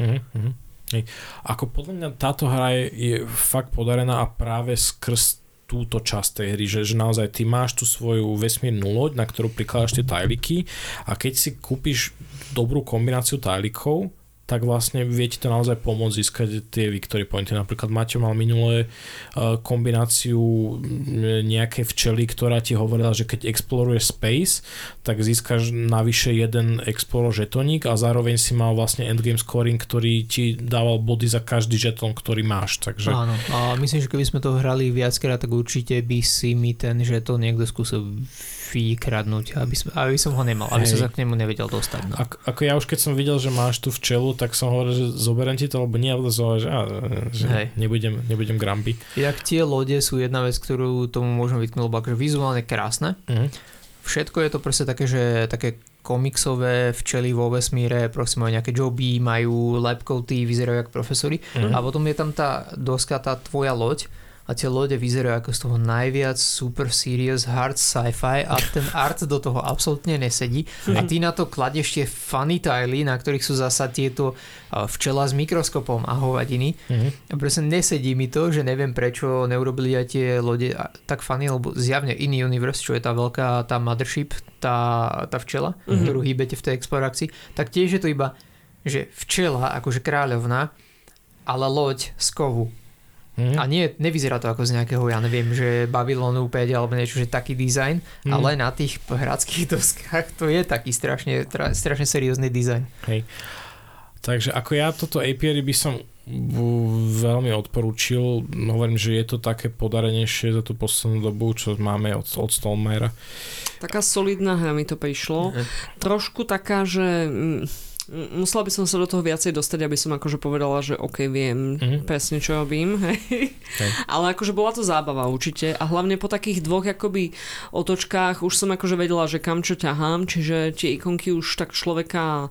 Speaker 2: Ako podľa mňa táto hra je fakt podarená a práve skrz túto časť tej hry, že naozaj ty máš tú svoju vesmírnu loď, na ktorú prikladáš tie tajliky a keď si kúpiš dobrú kombináciu tajlikov, tak vlastne viete to naozaj pomôcť získať tie victory pointy. Napríklad Maťo mal minulé kombináciu nejakej včely, ktorá ti hovorila, že keď exploruješ space, tak získaš navyše jeden explore žetoník a zároveň si mal vlastne endgame scoring, ktorý ti dával body za každý žetón, ktorý máš. Takže...
Speaker 3: Áno, a myslím, že keby sme to hrali viackrát, tak určite by si mi ten žetón niekto skúsil vykradnúť, aby som ho nemal, aby som sa k nemu nevedel dostať. No.
Speaker 2: Ako ja už keď som videl, že máš tú včelu, tak som hovoril, že zoberiem ti to, alebo nie, ale že nebudem gramby.
Speaker 3: Jak tie lode sú jedna vec, ktorú tomu môžem vytknúť, lebo akože vizuálne krásne. Všetko je to proste také, že také komiksové včely vo vesmíre, proste majú nejaké joby, majú labcoaty, vyzerajú ako profesori. A potom je tam tá doska, tá tvoja loď, a tie lode vyzerajú ako z toho najviac super serious hard sci-fi a ten art do toho absolútne nesedí a ty na to kladieš tie funny tily, na ktorých sú zasa tieto včela s mikroskopom a hovadiny a proste nesedí mi to, že neviem prečo neurobili aj tie lode tak funny, lebo zjavne iný universe, čo je tá veľká, tá mothership, tá včela, ktorú hýbete v tej explorácii, tak tiež je to iba, že včela akože kráľovná, ale loď z kovu. A nevyzerá to ako z nejakého, ja neviem, že Babylonu 5 alebo niečo, že taký dizajn, ale na tých hradských doskách to je taký strašne seriózny dizajn.
Speaker 2: Hej. Takže ako ja toto apiary by som veľmi odporúčil, hovorím, že je to také podarenejšie za tú poslednú dobu, čo máme od Stonemaiera.
Speaker 1: Taká solidná hra mi to prišlo. Trošku taká, že musela by som sa do toho viacej dostať, aby som akože povedala, že OK, viem presne, čo robím. Ale akože bola to zábava určite a hlavne po takých dvoch akoby otočkách už som akože vedela, že kam čo ťahám, čiže tie ikonky už tak človeka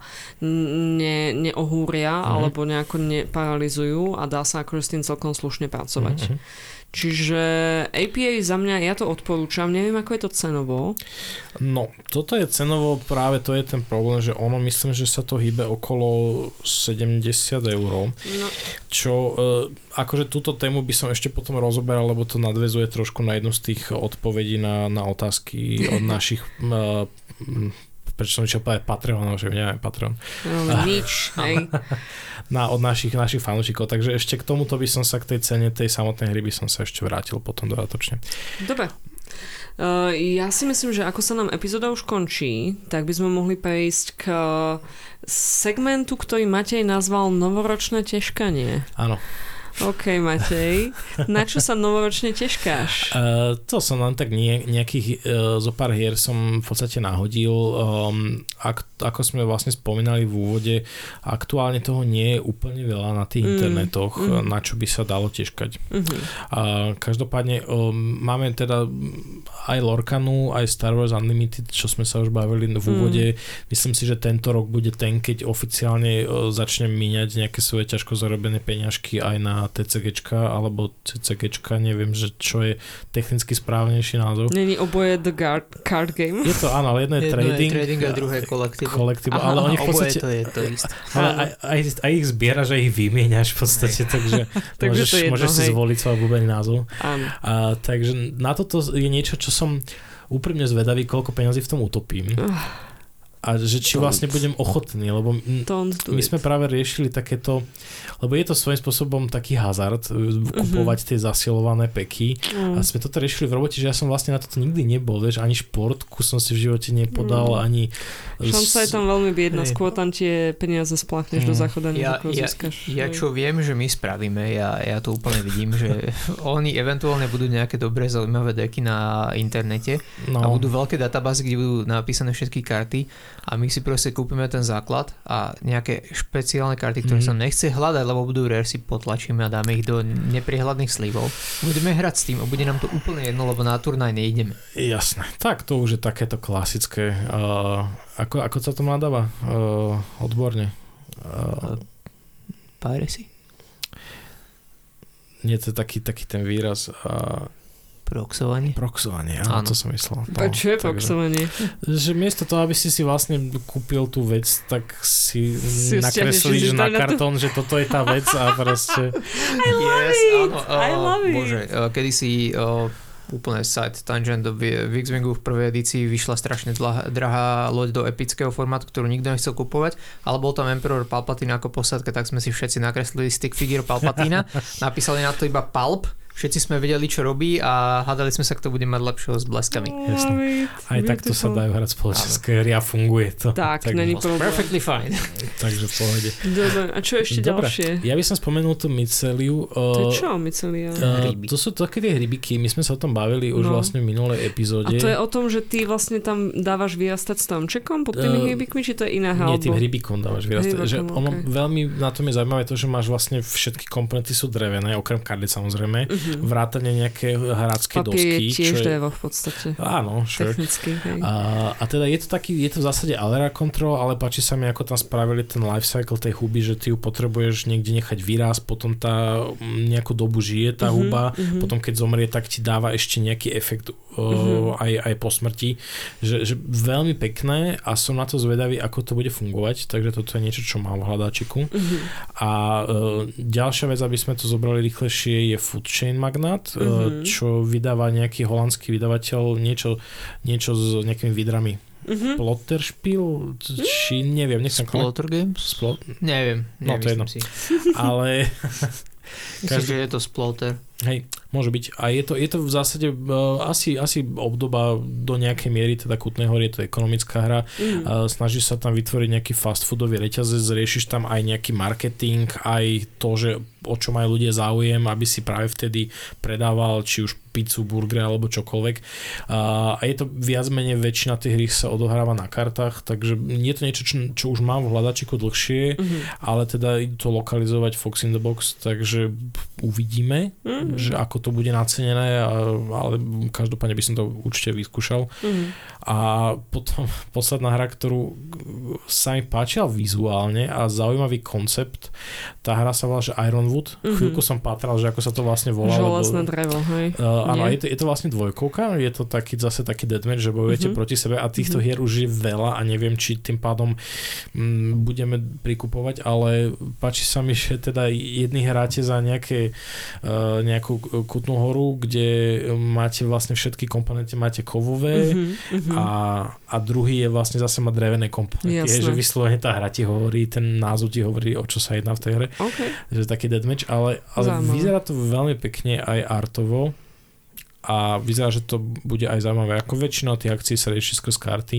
Speaker 1: neohúria alebo nejako neparalizujú a dá sa akože s tým celkom slušne pracovať. Čiže APA za mňa, ja to odporúčam, neviem ako je to cenovo.
Speaker 2: No, toto je cenovo, práve to je ten problém, že ono myslím, že sa to hýbe okolo 70 €, no. Čo akože túto tému by som ešte potom rozoberal, lebo to nadväzuje trošku na jednu z tých odpovedí na otázky od našich prečo som išiel povedať Patreonov, že neviem Patreon.
Speaker 1: Nič, hej.
Speaker 2: Od našich fanúšikov, takže ešte k tomuto by som sa k tej cene tej samotnej hry by som sa ešte vrátil potom dodatočne.
Speaker 1: Dobre. Ja si myslím, že ako sa nám epizóda už končí, tak by sme mohli prejsť k segmentu, ktorý Matej nazval novoročné teškanie.
Speaker 2: Áno.
Speaker 1: OK, Matej. Na čo sa novoročne teškáš?
Speaker 2: To som len tak nejakých zo pár hier som v podstate nahodil. Ako sme vlastne spomínali v úvode, aktuálne toho nie je úplne veľa na tých internetoch, na čo by sa dalo teškať. Každopádne máme teda aj Lorcanu, aj Star Wars Unlimited, čo sme sa už bavili v úvode. Myslím si, že tento rok bude ten, keď oficiálne začnem míňať nejaké svoje ťažko zarobené peňažky aj na TCGčka alebo CCGčka, neviem, že čo je technicky správnejší názov.
Speaker 1: Není oboje The Card Game?
Speaker 2: Je to áno, ale jedno je trading.
Speaker 3: Trading a druhé je kolektívo.
Speaker 2: Ale oni v podstate...
Speaker 3: Oboje to je to isté.
Speaker 2: Ale aj ich zbieraš, aj ich vymieňaš v podstate, takže môžeš si zvoliť svoj obľúbený názov. Takže na toto je niečo, čo som úprimne zvedavý, koľko peňazí v tom utopím. A že či vlastne budem ochotný, lebo my sme práve riešili takéto, lebo je to svojím spôsobom taký hazard kupovať tie zasilované peky a sme toto riešili v robote, že ja som vlastne na toto nikdy nebol, vieš, ani športku som si v živote nepodal, ani...
Speaker 1: Šanca je tam veľmi biedna, skôr tam tie peniaze spláchneš do záchoda, než ako získaš.
Speaker 3: Ja čo viem, že my spravíme, ja to úplne vidím, že oni eventuálne budú nejaké dobré, zaujímavé deky na internete a budú veľké databázy, kde budú napísané všetky karty a my si proste kúpime ten základ a nejaké špeciálne karty, ktoré sa nechce hľadať, lebo budú rare, si potlačíme a dáme ich do neprihľadných slivov. Budeme hrať s tým a bude nám to úplne jedno, lebo na turnaj nejdeme.
Speaker 2: Jasné. Tak to už je takéto klasické. Ako sa to nadáva? Odborne.
Speaker 3: Piracy?
Speaker 2: Nie, to je taký ten výraz...
Speaker 3: Proxovanie?
Speaker 2: Proxovanie, áno, to som myslel.
Speaker 1: Čo je proxovanie?
Speaker 2: Že miesto toho, aby si vlastne kúpil tú vec, tak si nakreslíš na kartón, že toto je tá vec a proste...
Speaker 1: I love it!
Speaker 3: Bože, kedysi úplne side tangent do X-Wingu v prvej edícii vyšla strašne drahá loď do epického formátu, ktorú nikto nechcel kupovať, ale bol tam Emperor Palpatine ako posádka, tak sme si všetci nakreslili stick figure Palpatina, napísali na to iba Palp. Všetci sme vedeli, čo robí a hádali sme sa, kto bude mať lepšieho s bleskami.
Speaker 2: Jasne. Aj takto sa dajú hrať spoločenské hry a funguje to.
Speaker 1: Tak není problém.
Speaker 3: Perfectly fine.
Speaker 2: Takže v pohode.
Speaker 1: Dobre, a čo ešte ďalšie?
Speaker 2: Ja by som spomenul tú myceliu.
Speaker 1: To je čo mycelia?
Speaker 2: To sú také tie hrybiky, my sme sa o tom bavili už vlastne v minulej epizóde.
Speaker 1: A to je o tom, že ty vlastne tam dávaš vyrastať stromčekom pod tými hrybikmi, či to je iná hra?
Speaker 2: Nie, tým hrybikom dávaš vyrastať. Že ono veľmi na tom je zaujímavé to, že máš vlastne všetky komponenty sú drevené, okrem kardy samozrejme. Vrátane nejaké hrácké dosky.
Speaker 1: Papier je tiež drevo v podstate.
Speaker 2: Áno, sure.
Speaker 1: Technicky, hej.
Speaker 2: A teda je to v zásade Alera Control, ale páči sa mi, ako tam spravili ten life cycle tej huby, že ty ju potrebuješ niekde nechať vyrást, potom tá nejakú dobu žije tá huba, potom keď zomrie, tak ti dáva ešte nejaký efekt aj po smrti. Že veľmi pekné a som na to zvedavý, ako to bude fungovať, takže toto je niečo, čo mám v hľadáčiku. A ďalšia vec, aby sme to zobrali rýchlejšie, je Food Chain Magnate, čo vydáva nejaký holandský vydavateľ, niečo s nejakými vidrami. Plotterspiel, či neviem, nechcem
Speaker 3: Splotter Games? Neviem,
Speaker 2: no to je jedno.
Speaker 3: Si.
Speaker 2: Ale
Speaker 3: myslím, že je to Splotter.
Speaker 2: Hej, môže byť. A je to v zásade asi obdoba do nejakej miery, teda Kutnej Hory, je to ekonomická hra. Snažíš sa tam vytvoriť nejaký fast foodový reťazec, riešiš tam aj nejaký marketing, aj to, že o čo majú ľudia záujem, aby si práve vtedy predával, či už pizzu, burgery alebo čokoľvek. A je to viac menej väčšina tých hry sa odohráva na kartách, takže je to niečo, čo už mám v hľadačiku dlhšie, ale teda idú to lokalizovať Fox in the Box, takže uvidíme, že ako to bude nacenené, ale každopádne by som to určite vyskúšal. A potom posledná hra, ktorú sa mi páčila vizuálne a zaujímavý koncept, tá hra sa volá, že Ironwood. Chvíľku som pátral, že ako sa to vlastne volá.
Speaker 1: Železné drevo, hej.
Speaker 2: Áno, je to vlastne dvojkovka, je to zase taký deathmatch, že bojujete proti sebe a týchto hier už je veľa a neviem, či tým pádom budeme prikupovať, ale páči sa mi, že teda jedni hráte za nejakú Kutnú Horu, kde máte vlastne všetky komponenty, máte kovové a druhý je vlastne zase má drevené komponenty. Je, že vyslovene tá hra ti hovorí, ten názov ti hovorí, o čo sa jedná v tej hre. Okay. Že taký deathmatch, ale vyzerá to veľmi pekne aj artovo a vyzerá, že to bude aj zaujímavé. Ako väčšina tých akcií sa rieši skrz karty.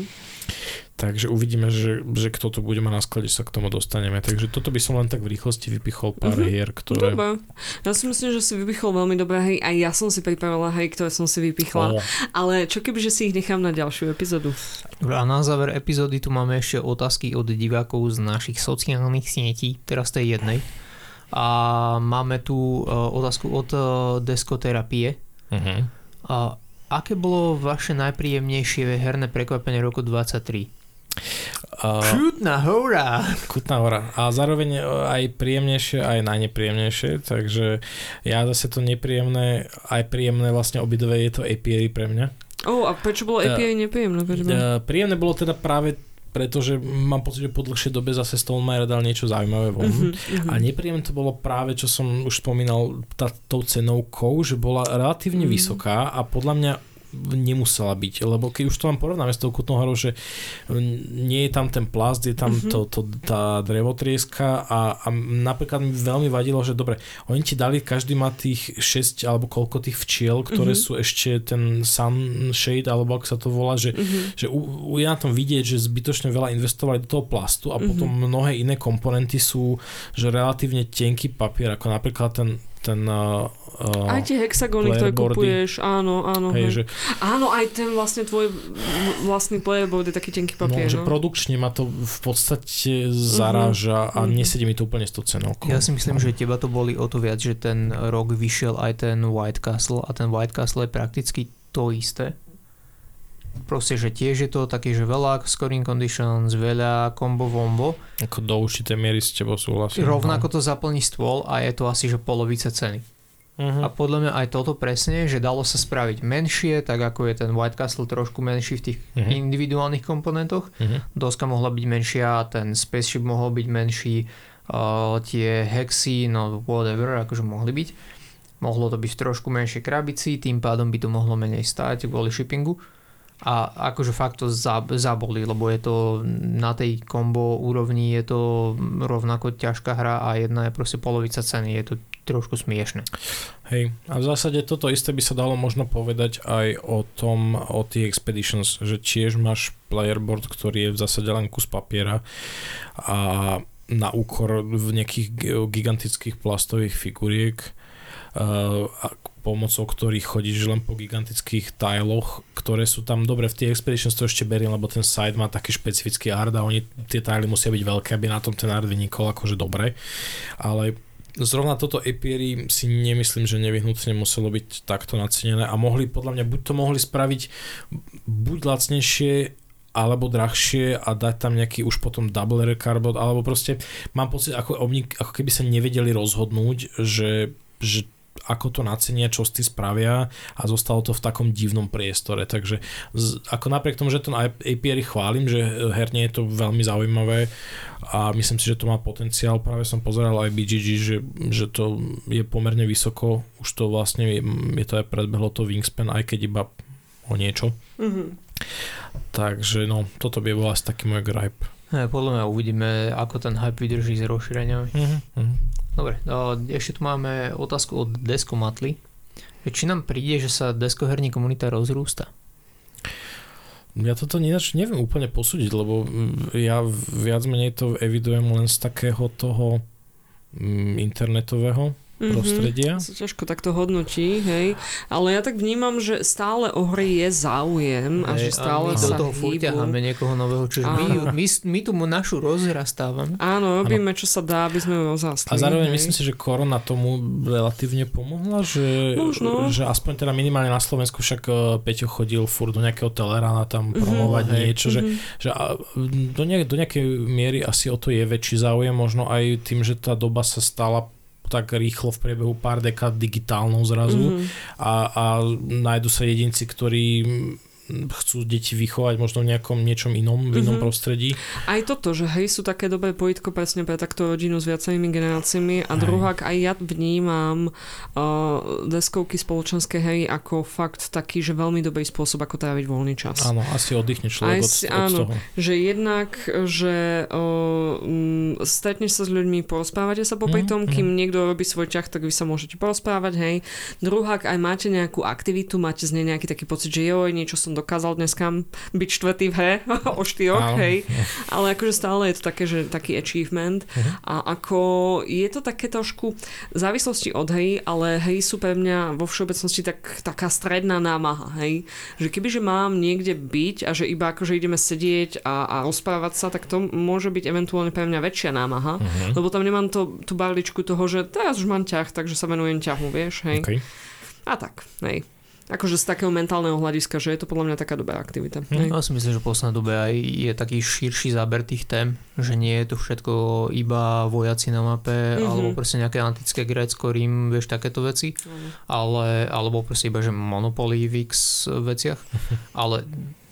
Speaker 2: Takže uvidíme, že kto to bude mať na sklade, sa k tomu dostaneme. Takže toto by som len tak v rýchlosti vypichol pár hier, ktoré...
Speaker 1: Dobre. Ja si myslím, že si vypichol veľmi dobré hry. Aj ja som si pripravila hry, ktoré som si vypichla. Ale čo keby, že si ich nechám na ďalšiu epizódu?
Speaker 3: Dobre, a na záver epizódy tu máme ešte otázky od divákov z našich sociálnych sietí. Teraz tej jednej. A máme tu otázku od Deskoterapie. A aké bolo vaše najpríjemnejšie herné prekvapenie roku 23? Kutná Hora.
Speaker 2: Kutná Hora. A zároveň aj príjemnejšie, aj najnepríjemnejšie, takže ja zase to nepríjemné, aj príjemné vlastne obidve je to apiary pre mňa.
Speaker 1: A prečo bolo apiary nepríjemné?
Speaker 2: Príjemné bolo teda práve pretože mám pocit, že po dlhšej dobe zase Stonemaier dal niečo zaujímavé von. A nepríjemné to bolo práve, čo som už spomínal, tou cenovkou, že bola relatívne vysoká a podľa mňa nemusela byť, lebo keď už to mám porovnáme s tou Kutnou Horou, že nie je tam ten plast, je tam tá drevotrieska a napríklad mi veľmi vadilo, že dobre, oni ti dali, každý má tých 6 alebo koľko tých včiel, ktoré sú ešte ten sunshade, alebo ako sa to volá, že je na tom vidieť, že zbytočne veľa investovali do toho plastu a potom mnohé iné komponenty sú, že relatívne tenký papier, ako napríklad ten
Speaker 1: aj tie hexagóny, ktoré kupuješ, áno.
Speaker 2: Hej, že,
Speaker 1: áno, aj ten vlastne tvoj vlastný playerboard je taký tenký papier.
Speaker 2: Že produkčne ma to v podstate zaráža a nesedí mi to úplne s tou cenovkou.
Speaker 3: Ja si myslím, že teba to boli o to viac, že ten rok vyšiel aj ten White Castle a ten White Castle je prakticky to isté. Proste, že tiež je to také, že veľa scoring conditions, veľa combo-vombo.
Speaker 2: Ako do určitej miery s tebou súhlasím.
Speaker 3: Rovnako to zaplní stôl a je to asi, že polovica ceny. A podľa mňa aj toto presne, že dalo sa spraviť menšie, tak ako je ten White Castle trošku menší v tých individuálnych komponentoch. Doska mohla byť menšia, ten spaceship mohol byť menší, tie hexy, no whatever, akože mohli byť. Mohlo to byť v trošku menšej krabici, tým pádom by to mohlo menej stáť kvôli shippingu. A akože fakt to zaboli, lebo je to na tej kombo úrovni, je to rovnako ťažká hra a jedna je proste polovica ceny, je to trošku smiešne.
Speaker 2: Hej, a v zásade toto isté by sa dalo možno povedať aj o tých Expeditions, že tiež máš playerboard, ktorý je v zásade len kus papiera a na úkor v nejakých gigantických plastových figuriek, pomocou ktorých chodíš len po gigantických tiloch, ktoré sú tam dobre v tých Expeditions, to ešte beriem, lebo ten side má taký špecifický art a oni tie tily musia byť veľké, aby na tom ten art vynikol akože dobre, ale zrovna toto apiary si nemyslím, že nevyhnutne muselo byť takto nacenené a mohli, podľa mňa, buď to mohli spraviť buď lacnejšie alebo drahšie a dať tam nejaký už potom double rare cardboard, alebo proste mám pocit, ako keby sa nevedeli rozhodnúť, že ako to nacenia, čo s tým spravia a zostalo to v takom divnom priestore, takže ako napriek tomu, že ten apiary chválim, že herne je to veľmi zaujímavé a myslím si, že to má potenciál, práve som pozeral aj BGG, že to je pomerne vysoko, už to vlastne je to aj predbehlo to Wingspan, aj keď iba o niečo. Takže no, toto by bol asi taký môj gripe.
Speaker 3: Podľa mňa uvidíme, ako ten hype vydrží s rozšíreniami. Dobre, ešte tu máme otázku od Deskomatli. Či nám príde, že sa deskoherní komunita rozrústa?
Speaker 2: Ja toto ináč neviem úplne posúdiť, lebo ja viac menej to evidujem len z takého toho internetového prostredia.
Speaker 1: To sa ťažko takto hodnotí, hej. Ale ja tak vnímam, že stále o hry je záujem a že stále sa
Speaker 3: do toho furt ťaháme niekoho nového, čiže my tu našu rozrastávame.
Speaker 1: Áno, robíme, čo sa dá, aby sme ju rozrastli.
Speaker 2: A zároveň myslím si, že korona tomu relatívne pomohla, že aspoň teda minimálne na Slovensku však Peťo chodil furt do nejakého Telerana tam promovať niečo, že do nejakej miery asi o to je väčší záujem, možno aj tým, že tá doba sa stala tak rýchlo v priebehu pár dekád digitálnou zrazu a nájdu sa jedinci, ktorí chcú deti vychovať možno v niečom inom, v inom prostredí. Aj
Speaker 1: toto, že hej, sú také dobré pojitko presne pre takto rodinu s viacerými generáciami a druhák aj ja vnímam deskovky spoločenské hry ako fakt taký, že veľmi dobrý spôsob, ako tráviť voľný čas.
Speaker 2: Áno, asi oddychne človek od toho.
Speaker 1: Že jednak, že stretneš sa s ľuďmi, porozprávate sa popri tom, kým niekto robí svoj ťah, tak vy sa môžete porozprávať, hej. Druhák, aj máte nejakú aktivitu, máte z nej nejaký taký pocit, že niečo som dokázal dneska byť štvrtý v hre o 4, hej. Ale akože stále je to také, že taký achievement a ako je to také trošku v závislosti od hry, ale hry sú pre mňa vo všeobecnosti taká stredná námaha, hej. Že kebyže mám niekde byť a že iba akože ideme sedieť a rozprávať sa, tak to môže byť eventuálne pre mňa väčšia námaha, lebo tam nemám tú barličku toho, že teraz už mám ťah, takže sa venujem ťahu, vieš, hej. Okay. A tak, hej. Akože z takého mentálneho hľadiska, že je to podľa mňa taká dobrá aktivita.
Speaker 3: Ja si myslím, že v poslednej dobe aj je taký širší záber tých tém, že nie je to všetko iba vojaci na mape, alebo proste nejaké antické Grécko, Rím, vieš, takéto veci, alebo proste iba, že Monopoly v X veciach, ale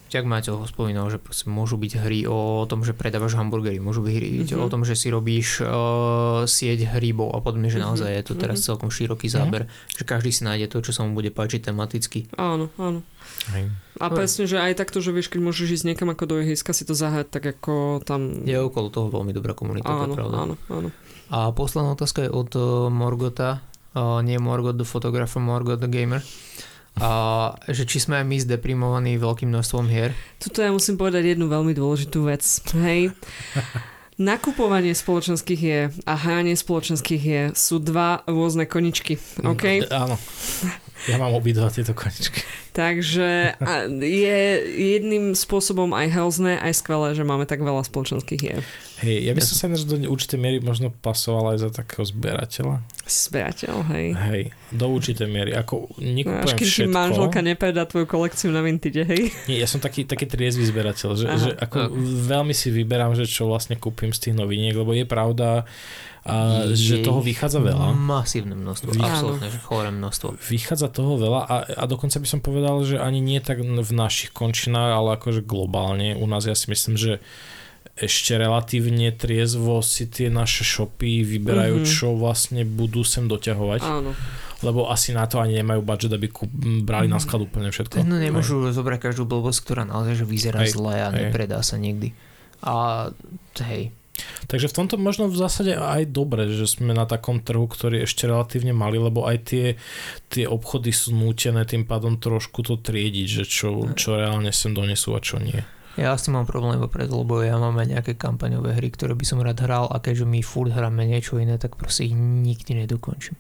Speaker 3: Jak Maťo spomínal, že môžu byť hry o tom, že predávaš hamburgery, môžu byť hry o tom, že si robíš sieť hríbov a podobne, že naozaj je to teraz celkom široký záber, že každý si nájde to, čo sa mu bude páčiť tematicky.
Speaker 1: Áno. A presne, že aj takto, že vieš, keď môžeš ísť niekam ako do ihriska si to zahrať, tak ako tam...
Speaker 3: Je okolo toho veľmi dobrá komunita, to je pravda.
Speaker 1: Áno.
Speaker 3: A posledná otázka je od Morgota, nie Morgot the photographer, Morgot the gamer. A že či sme aj my zdeprimovaní veľkým množstvom hier.
Speaker 1: Tuto ja musím povedať jednu veľmi dôležitú vec. Hej. Nakupovanie spoločenských hier a hranie spoločenských hier sú dva rôzne koničky. OK?
Speaker 2: Áno. Ja mám obidva tieto koničky.
Speaker 1: Takže je jedným spôsobom aj hrozné, aj skvelé, že máme tak veľa spoločenských hier.
Speaker 2: Hej, ja by som sa do určitej miery možno pasoval aj za takého zberateľa.
Speaker 1: Zberateľ, hej.
Speaker 2: Hej, do určitej miery. Ako nekupujem
Speaker 1: až keď
Speaker 2: všetko.
Speaker 1: Až manželka nepredá tvoju kolekciu na Vintide, hej?
Speaker 2: Nie, ja som taký triezvy zberateľ, že ako veľmi si vyberám, že čo vlastne kúpim z tých noviniek, lebo je pravda, že toho vychádza veľa.
Speaker 3: Masívne množstvo, absolútne, že chore množstvo.
Speaker 2: Vychádza toho veľa a dokonca by som povedal, že ani nie tak v našich končinách, ale akože globálne. U nás ja si myslím, že ešte relatívne triezvo si tie naše shopy vyberajú, čo vlastne budú sem doťahovať.
Speaker 1: Áno.
Speaker 2: Lebo asi na to ani nemajú budget, aby brali na sklad úplne všetko.
Speaker 3: No nemôžu zobrať každú blbosť, ktorá naozaj že vyzerá zle a nepredá sa nikdy. A hej.
Speaker 2: Takže v tomto možno v zásade aj dobre, že sme na takom trhu, ktorý je ešte relatívne malý, lebo aj tie obchody sú nútené tým pádom trošku to triediť, že čo reálne sem donesú a čo nie.
Speaker 3: Ja s tým mám problém lebo ja mám aj nejaké kampaňové hry, ktoré by som rád hral a keďže my furt hráme niečo iné, tak proste ich nikdy nedokončím.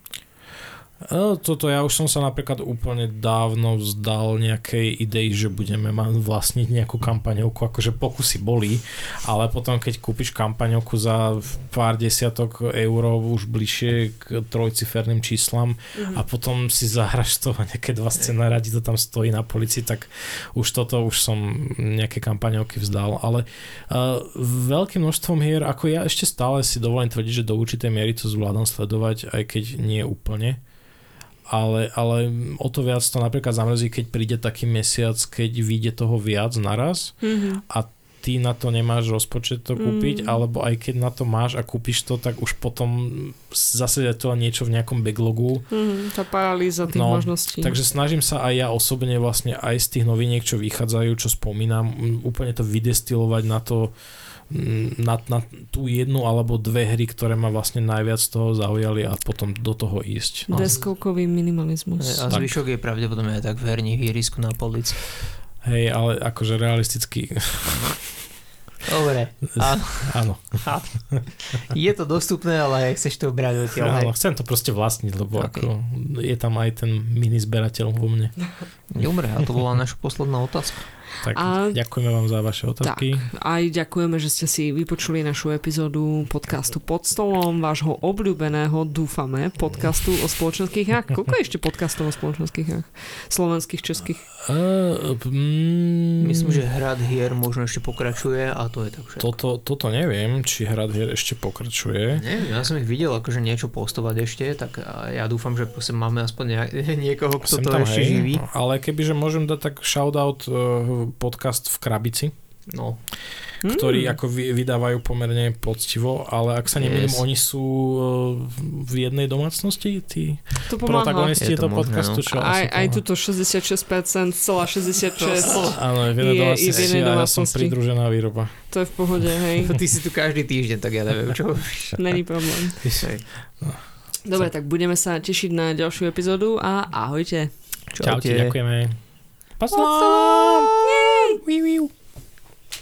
Speaker 2: Toto ja už som sa napríklad úplne dávno vzdal nejakej idei, že budeme vlastniť nejakú kampaňovku, akože pokusy boli, ale potom keď kúpiš kampaňovku za pár desiatok eur už bližšie k trojciferným číslam a potom si zahraš z toho nejaké 2 scenáre, ti to tam stojí na polici, tak už som nejaké kampaňovky vzdal, ale veľkým množstvom hier, ako ja ešte stále si dovolím tvrdiť, že do určitej miery to zvládam sledovať, aj keď nie úplne. Ale o to viac to napríklad zamrzí, keď príde taký mesiac, keď vyjde toho viac naraz a ty na to nemáš rozpočet to kúpiť, alebo aj keď na to máš a kúpiš to, tak už potom zase je to niečo v nejakom backlogu.
Speaker 1: Tá paralýza tých možností.
Speaker 2: Takže snažím sa aj ja osobne vlastne aj z tých noviniek, čo vychádzajú, čo spomínam, úplne to vydestilovať na to, na tú jednu alebo 2 hry, ktoré ma vlastne najviac z toho zaujali a potom do toho ísť.
Speaker 1: Deskovkový minimalizmus.
Speaker 3: A zvyšok je pravdepodobne aj tak v herních ihrisku na polici.
Speaker 2: Hej, ale akože realisticky.
Speaker 3: Dobre.
Speaker 2: Áno.
Speaker 3: Je to dostupné, ale chceš to brať odtiaľ.
Speaker 2: Áno, chcem to proste vlastniť, lebo ako je tam aj ten mini zberateľ vo mne.
Speaker 3: Dobre, a to bola naša posledná otázka.
Speaker 2: Tak ďakujeme vám za vaše otázky.
Speaker 1: Tak, aj ďakujeme, že ste si vypočuli našu epizódu podcastu Pod stolom, vášho obľúbeného, dúfame, podcastu o spoločenských hrách. Koľko je ešte podcastov o spoločenských hrách? Slovenských, českých?
Speaker 3: Myslím, že Hrad hier možno ešte pokračuje a to je tak všetko.
Speaker 2: Toto neviem, či Hrad hier ešte pokračuje.
Speaker 3: Neviem, ja som ich videl akože niečo postovať ešte, tak ja dúfam, že máme aspoň niekoho, kto to ešte živí.
Speaker 2: Ale kebyže môžem dať tak shoutout podcast v krabici, ktorí ako vydávajú pomerne poctivo, ale ak sa nemýlim, oni sú v jednej domácnosti, tí protagonisti toho podcastu. Čo
Speaker 1: aj tuto 66%, celá 66%
Speaker 2: áno, v jednej domácnosti a ja som pridružená výroba.
Speaker 1: To je v pohode, hej.
Speaker 3: Ty si tu každý týždeň, tak ja neviem, čo.
Speaker 1: Není problém. Dobre, tak budeme sa tešiť na ďalšiu epizódu a ahojte.
Speaker 2: Čaute, ďakujeme. Paslám! Yay!